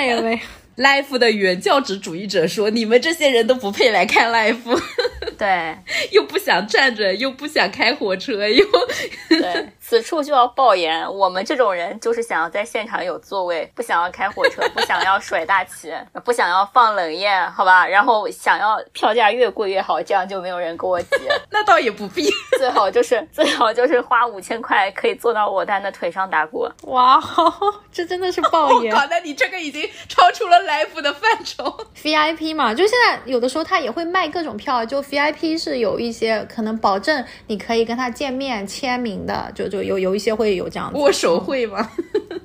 live 的原教旨主义者说，你们这些人都不配来看 live。 对， 又不想站着，又不想开火车， 对，此处就要爆言，我们这种人就是想要在现场有座位，不想要开火车，不想要甩大旗，不想要放冷焰，好吧，然后想要票价越贵越好，这样就没有人跟我挤。 那倒也不必， 最好就是花5000块可以坐到我蛋的腿上打鼓。 哇，这真的是爆言。 我靠，那你这个已经超出了 live 的范畴。 VIP 嘛，就现在有的时候他也会卖各种票，就 VIP 是有一些可能保证你可以跟他见面签名的，就有一些会有这样子。 握手会吗？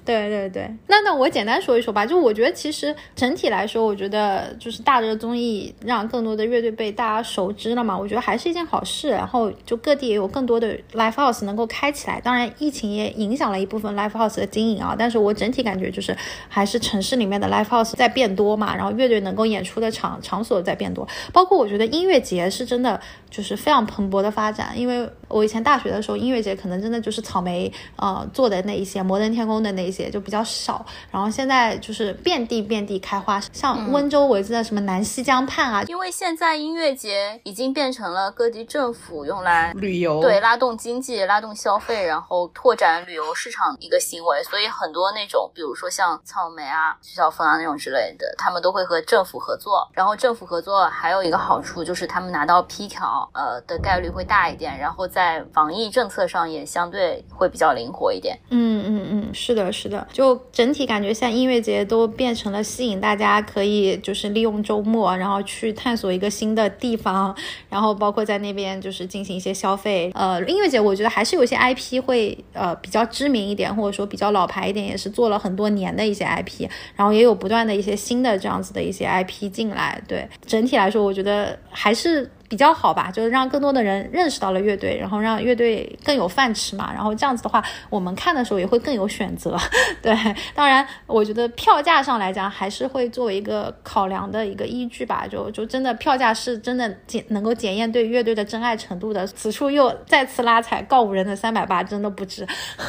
对对对，那我简单说一说吧。就我觉得其实整体来说，我觉得就是大热综艺让更多的乐队被大家熟知了嘛，我觉得还是一件好事。然后就各地也有更多的 live house 能够开起来，当然疫情也影响了一部分 live house 的经营啊，但是我整体感觉就是还是城市里面的 live house 在变多嘛，然后乐队能够演出的场所在变多，包括我觉得音乐节是真的就是非常蓬勃的发展。因为我以前大学的时候，音乐节可能真的就是草莓做的那一些，摩登天空的那一些就比较少，然后现在就是遍地开花，像温州我记得什么南溪江畔啊， 因为现在音乐节已经变成了各地政府用来旅游， 对，拉动经济、拉动消费，然后拓展旅游市场一个行为，所以很多那种比如说像草莓啊、徐小凤啊那种之类的，他们都会和政府合作，然后政府合作还有一个好处就是他们拿到批条的概率会大一点，然后在防疫政策上也相对会比较灵活一点。 是的是的，就整体感觉像音乐节都变成了吸引大家可以就是利用周末然后去探索一个新的地方，然后包括在那边就是进行一些消费。音乐节我觉得还是有一些 IP 会比较知名一点，或者说比较老牌一点，也是做了很多年的一些 IP， 然后也有不断的一些新的这样子的一些 IP 进来。对，整体来说我觉得还是比较好吧，就是让更多的人认识到了乐队，然后让乐队更有饭吃嘛，然后这样子的话我们看的时候也会更有选择。对，当然我觉得票价上来讲还是会作为一个考量的一个依据吧，就真的票价是真的能够检验对乐队的真爱程度的。此处又再次拉踩告五人的380真的不值。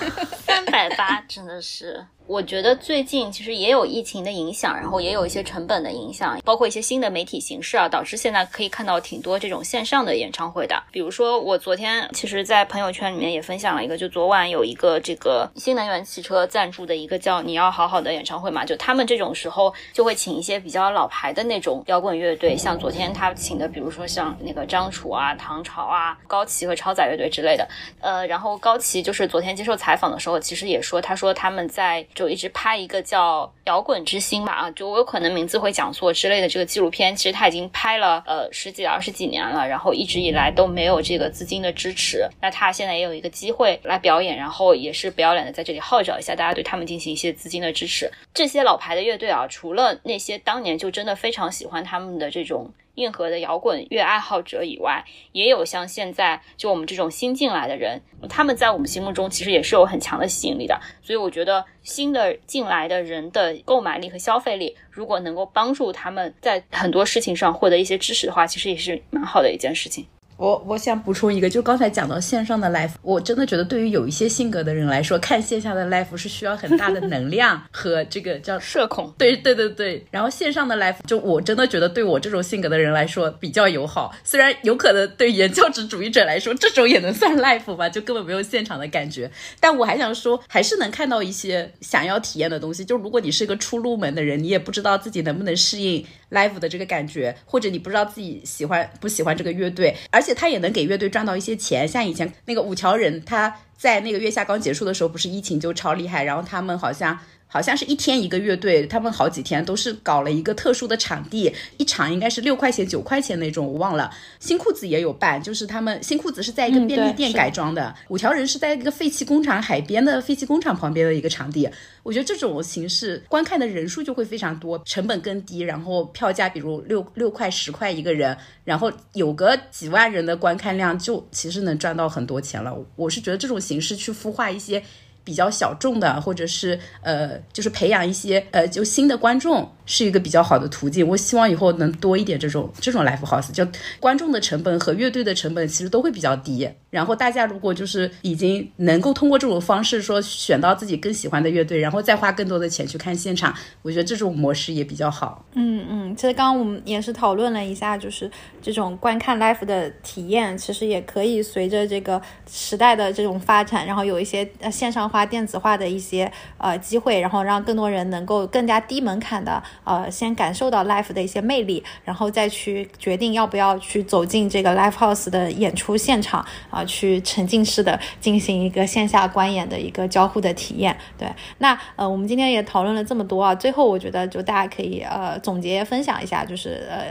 380真的是，我觉得最近其实也有疫情的影响，然后也有一些成本的影响，包括一些新的媒体形式啊，导致现在可以看到挺多这种线上的演唱会的。比如说我昨天其实在朋友圈里面也分享了一个，就昨晚有一个这个新能源汽车赞助的一个叫你要好好的演唱会嘛，就他们这种时候就会请一些比较老牌的那种摇滚乐队，像昨天他请的比如说像那个张楚啊、唐朝啊、高旗和超载乐队之类的。然后高旗就是昨天接受采访的时候其实也说，他说他们在就一直拍一个叫摇滚之星嘛，就我有可能名字会讲错之类的这个纪录片，其实他已经拍了10几20几年了，然后一直以来都没有这个资金的支持，那他现在也有一个机会来表演，然后也是不要脸的在这里号召一下大家对他们进行一些资金的支持。这些老牌的乐队啊，除了那些当年就真的非常喜欢他们的这种硬核的摇滚乐爱好者以外，也有像现在就我们这种新进来的人，他们在我们心目中其实也是有很强的吸引力的。所以我觉得新的进来的人的购买力和消费力，如果能够帮助他们在很多事情上获得一些支持的话，其实也是蛮好的一件事情。 我想补充一个，就刚才讲到线上的 live， 我真的觉得对于有一些性格的人来说，看线下的 live 是需要很大的能量和这个叫社恐。 对，然后线上的 live 就我真的觉得对我这种性格的人来说比较友好，虽然有可能对原教旨主义者来说这种也能算 live 吧，就根本没有现场的感觉，但我还想说还是能看到一些想要体验的东西。就如果你是个初入门的人，你也不知道自己能不能适应 live 的这个感觉，或者你不知道自己喜欢不喜欢这个乐队，而且他也能给乐队赚到一些钱。像以前那个五条人，他在那个月下刚结束的时候不是疫情就超厉害，然后他们好像是一天一个乐队，他们好几天都是搞了一个特殊的场地，一场应该是6块钱9块钱那种，我忘了。新裤子也有办，就是他们新裤子是在一个便利店改装的，五条人是在一个废弃工厂海边的废弃工厂旁边的一个场地。我觉得这种形式观看的人数就会非常多，成本更低，然后票价比如6块10块一个人，然后有个几万人的观看量，就其实能赚到很多钱了。我是觉得这种形式去孵化一些比较小众的，或者是就是培养一些就新的观众，是一个比较好的途径。我希望以后能多一点这种 live house， 就观众的成本和乐队的成本其实都会比较低，然后大家如果就是已经能够通过这种方式说选到自己更喜欢的乐队，然后再花更多的钱去看现场，我觉得这种模式也比较好。 其实刚刚我们也是讨论了一下，就是这种观看 live 的体验其实也可以随着这个时代的这种发展，然后有一些线上化电子化的一些机会，然后让更多人能够更加低门槛的先感受到 live 的一些魅力，然后再去决定要不要去走进这个 live house 的演出现场去沉浸式的进行一个线下观演的一个交互的体验。对，那我们今天也讨论了这么多最后我觉得就大家可以总结分享一下，就是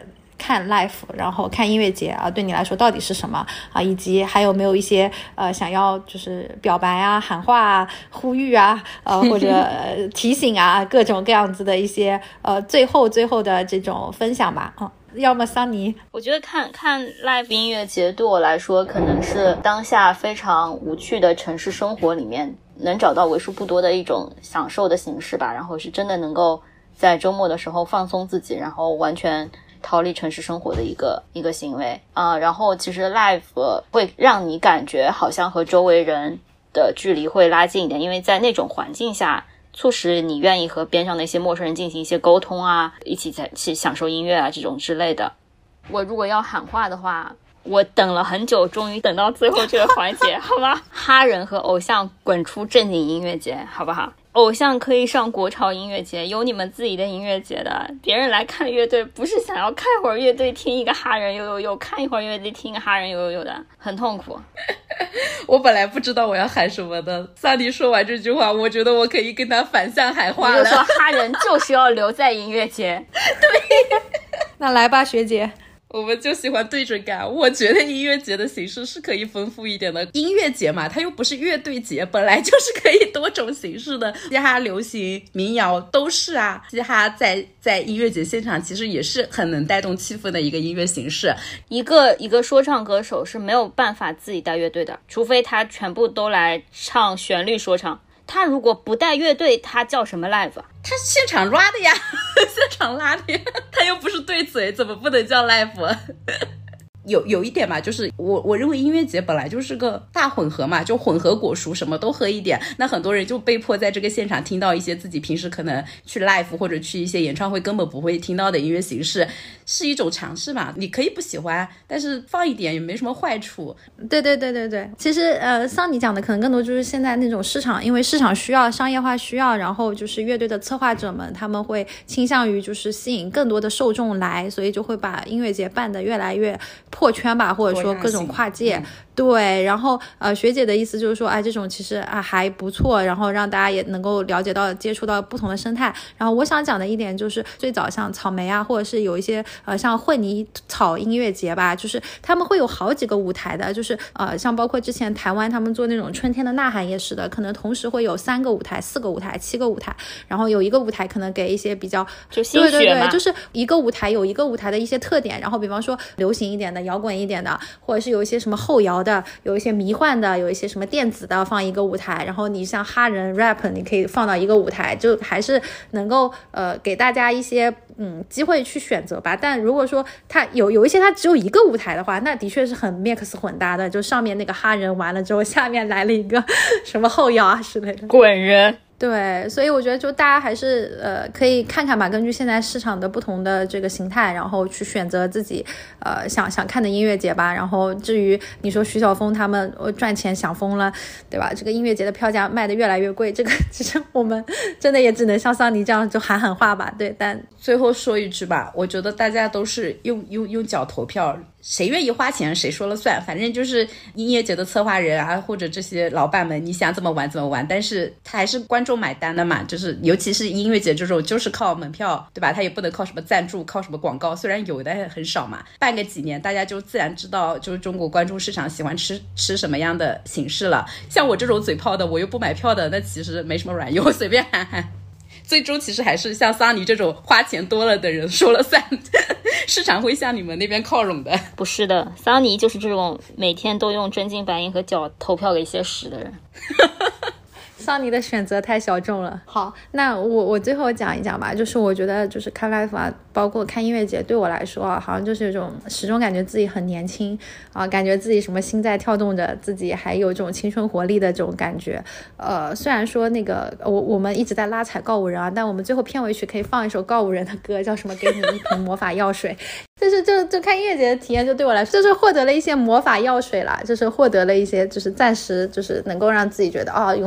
看 live， 然后看音乐节啊，对你来说到底是什么啊？以及还有没有一些想要就是表白啊、喊话啊、呼吁啊，或者提醒啊，各种各样子的一些最后的这种分享吧啊。要么桑尼， 我觉得看 live 音乐节对我来说可能是当下非常无趣的城市生活里面能找到为数不多的一种享受的形式吧，然后是真的能够在周末的时候放松自己，然后完全逃离城市生活的一个行为然后其实 live 会让你感觉好像和周围人的距离会拉近一点，因为在那种环境下促使你愿意和边上的一些陌生人进行一些沟通啊，一起去享受音乐啊这种之类的。我如果要喊话的话，我等了很久，终于等到最后这个环节好吗？哈人和偶像滚出正经音乐节好不好？偶像可以上国潮音乐节，有你们自己的音乐节的，别人来看乐队不是想要看一会儿乐队听一个哈人呦呦呦，看一会儿乐队听一个哈人呦呦呦的，很痛苦。 我本来不知道我要喊什么的，萨迪说完这句话，我觉得我可以跟他反向喊话了。 你就说哈人就是要留在音乐节。 对，那来吧学姐。 我们就喜欢对准感，我觉得音乐节的形式是可以丰富一点的。音乐节嘛，它又不是乐队节，本来就是可以多种形式的，嘻哈、流行、民谣都是啊。嘻哈在音乐节现场其实也是很能带动气氛的一个音乐形式。一个说唱歌手是没有办法自己带乐队的，除非他全部都来唱旋律说唱。他如果不带乐队，他叫什么 live？ 他现场拉的呀，现场拉的呀，他又不是对嘴，怎么不能叫 live？ 有一点嘛，就是我认为音乐节本来就是个大混合嘛，就混合果蔬，什么都喝一点。那很多人就被迫在这个现场听到一些自己平时可能去 live 或者去一些演唱会根本不会听到的音乐形式，是一种尝试嘛。你可以不喜欢，但是放一点也没什么坏处。 对，其实像你讲的可能更多就是现在那种市场，因为市场需要，商业化需要，然后就是乐队的策划者们他们会倾向于就是吸引更多的受众来，所以就会把音乐节办得越来越破圈吧，或者说各种跨界。对，然后学姐的意思就是说，这种其实还不错，然后让大家也能够了解到、接触到不同的生态。然后我想讲的一点就是，最早像草莓啊，或者是有一些像混泥草音乐节吧，就是他们会有好几个舞台的，就是像包括之前台湾他们做那种春天的呐喊也是的，可能同时会有3个舞台、4个舞台、7个舞台，然后有一个舞台可能给一些比较就新血嘛， 对，就是一个舞台有一个舞台的一些特点，然后比方说流行一点的、摇滚一点的，或者是有一些什么后摇的，有一些迷幻的，有一些什么电子的放一个舞台，然后你像哈人 rap 你可以放到一个舞台，就还是能够给大家一些机会去选择吧。但如果说它有一些它只有一个舞台的话，那的确是很 mix 混搭的，就上面那个哈人完了之后，下面来了一个什么后摇啊之类的滚人。 对，所以我觉得就大家还是可以看看吧，根据现在市场的不同的这个形态，然后去选择自己想看的音乐节吧。然后至于你说徐小凤他们赚钱想疯了，对吧？这个音乐节的票价卖得越来越贵，这个其实我们真的也只能像桑尼这样就喊话吧。对，但最后说一句吧，我觉得大家都是用脚投票，谁愿意花钱谁说了算，反正就是音乐节的策划人啊，或者这些老板们，你想怎么玩怎么玩，但是他还是观众买单的嘛，就是尤其是音乐节这种就是靠门票，对吧？他也不能靠什么赞助，靠什么广告，虽然有的很少嘛，办个几年大家就自然知道就是中国观众市场喜欢吃什么样的形式了。像我这种嘴炮的，我又不买票的，那其实没什么软用，随便喊喊，最终其实还是像桑尼这种花钱多了的人说了算，市场会向你们那边靠拢的。 不是的，桑尼就是这种每天都用真金白银和脚投票给一些屎的人。 桑尼的选择太小众了。好，那我最后讲一讲吧，就是我觉得就是看 live 啊，包括看音乐节，对我来说啊，好像就是一种始终感觉自己很年轻啊，感觉自己什么心在跳动着，自己还有这种青春活力的这种感觉。虽然说那个我们一直在拉踩告五人啊，但我们最后片尾曲可以放一首告五人的歌，叫什么？给你一瓶魔法药水。就是就看音乐节的体验，就对我来说就是获得了一些魔法药水啦，就是获得了一些就是暂时就是能够让自己觉得永远年轻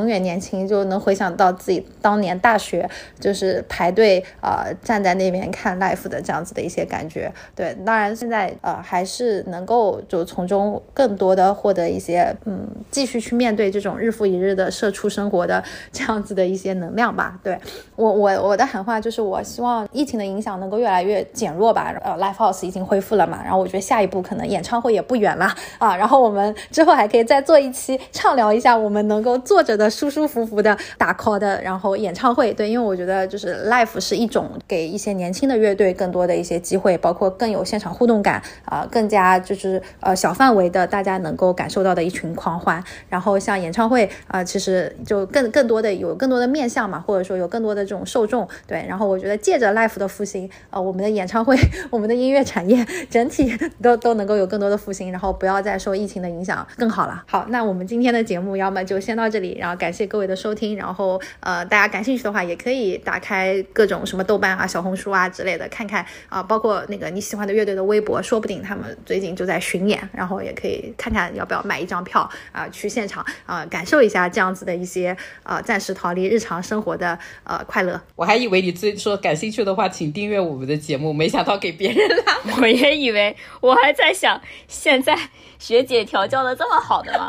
轻，就能回想到自己当年大学就是排队站在那边看 live 的这样子的一些感觉。对，当然现在还是能够就从中更多的获得一些继续去面对这种日复一日的社畜生活的这样子的一些能量吧。对，我的喊话就是我希望疫情的影响能够越来越减弱吧。live house 已经恢复了嘛，然后我觉得下一步可能演唱会也不远了然后我们之后还可以再做一期畅聊一下我们能够坐着的舒舒服服的打 call 的然后演唱会。对，因为我觉得就是 live 是一种给一些年轻的乐队更多的一些机会，包括更有现场互动感更加就是小范围的大家能够感受到的一群狂欢。然后像演唱会其实就更多的有更多的面向嘛，或者说有更多的这种受众。对，然后我觉得借着 live 的复兴我们的演唱会我们的音乐产业整体都能够有更多的复兴，然后不要再受疫情的影响更好了。好，那我们今天的节目要么就先到这里，然后感谢各位的收听，然后大家感兴趣的话也可以打开各种什么豆瓣小红书之类的看看包括那个你喜欢的乐队的微博，说不定他们最近就在巡演，然后也可以看看要不要买一张票去现场感受一下这样子的一些暂时逃离日常生活的快乐。 我还以为你说感兴趣的话请订阅我们的节目，没想到给别人了。 我也以为，我还在想现在学姐调教的这么好的吗？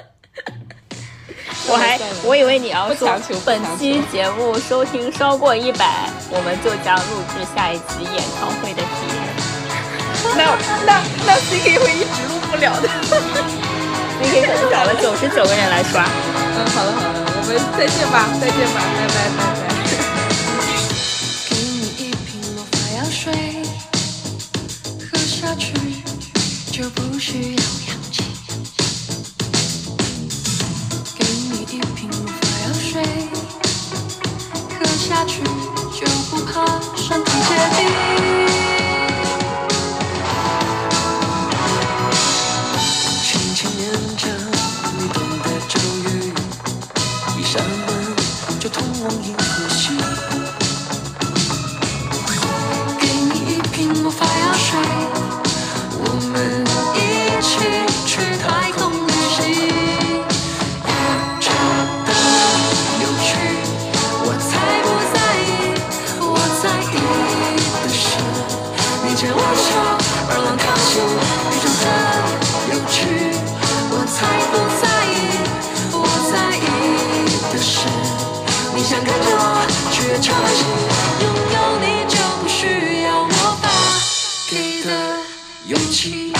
我以为你要说本期节目收听超过100，我们就将录制下一期演唱会的体验。 那 CK 会一直录不了的。 CK 可能找了99个人来刷。 好了，我们再见吧，拜拜。 给你一瓶魔法药水，喝下去就不需要氧气。给你一瓶魔法药水，喝下去就不怕身体结冰。轻轻念着你懂的咒语，一扇门就通往银河系。给你一瓶魔法药水，我们一起去太空旅行。宇宙的有趣我才不在意，我在意的是你牵我手而浪淘心。宇宙的有趣我才不在意，我在意的是你想跟着我去越超新，拥有你就不需要我把给的勇气。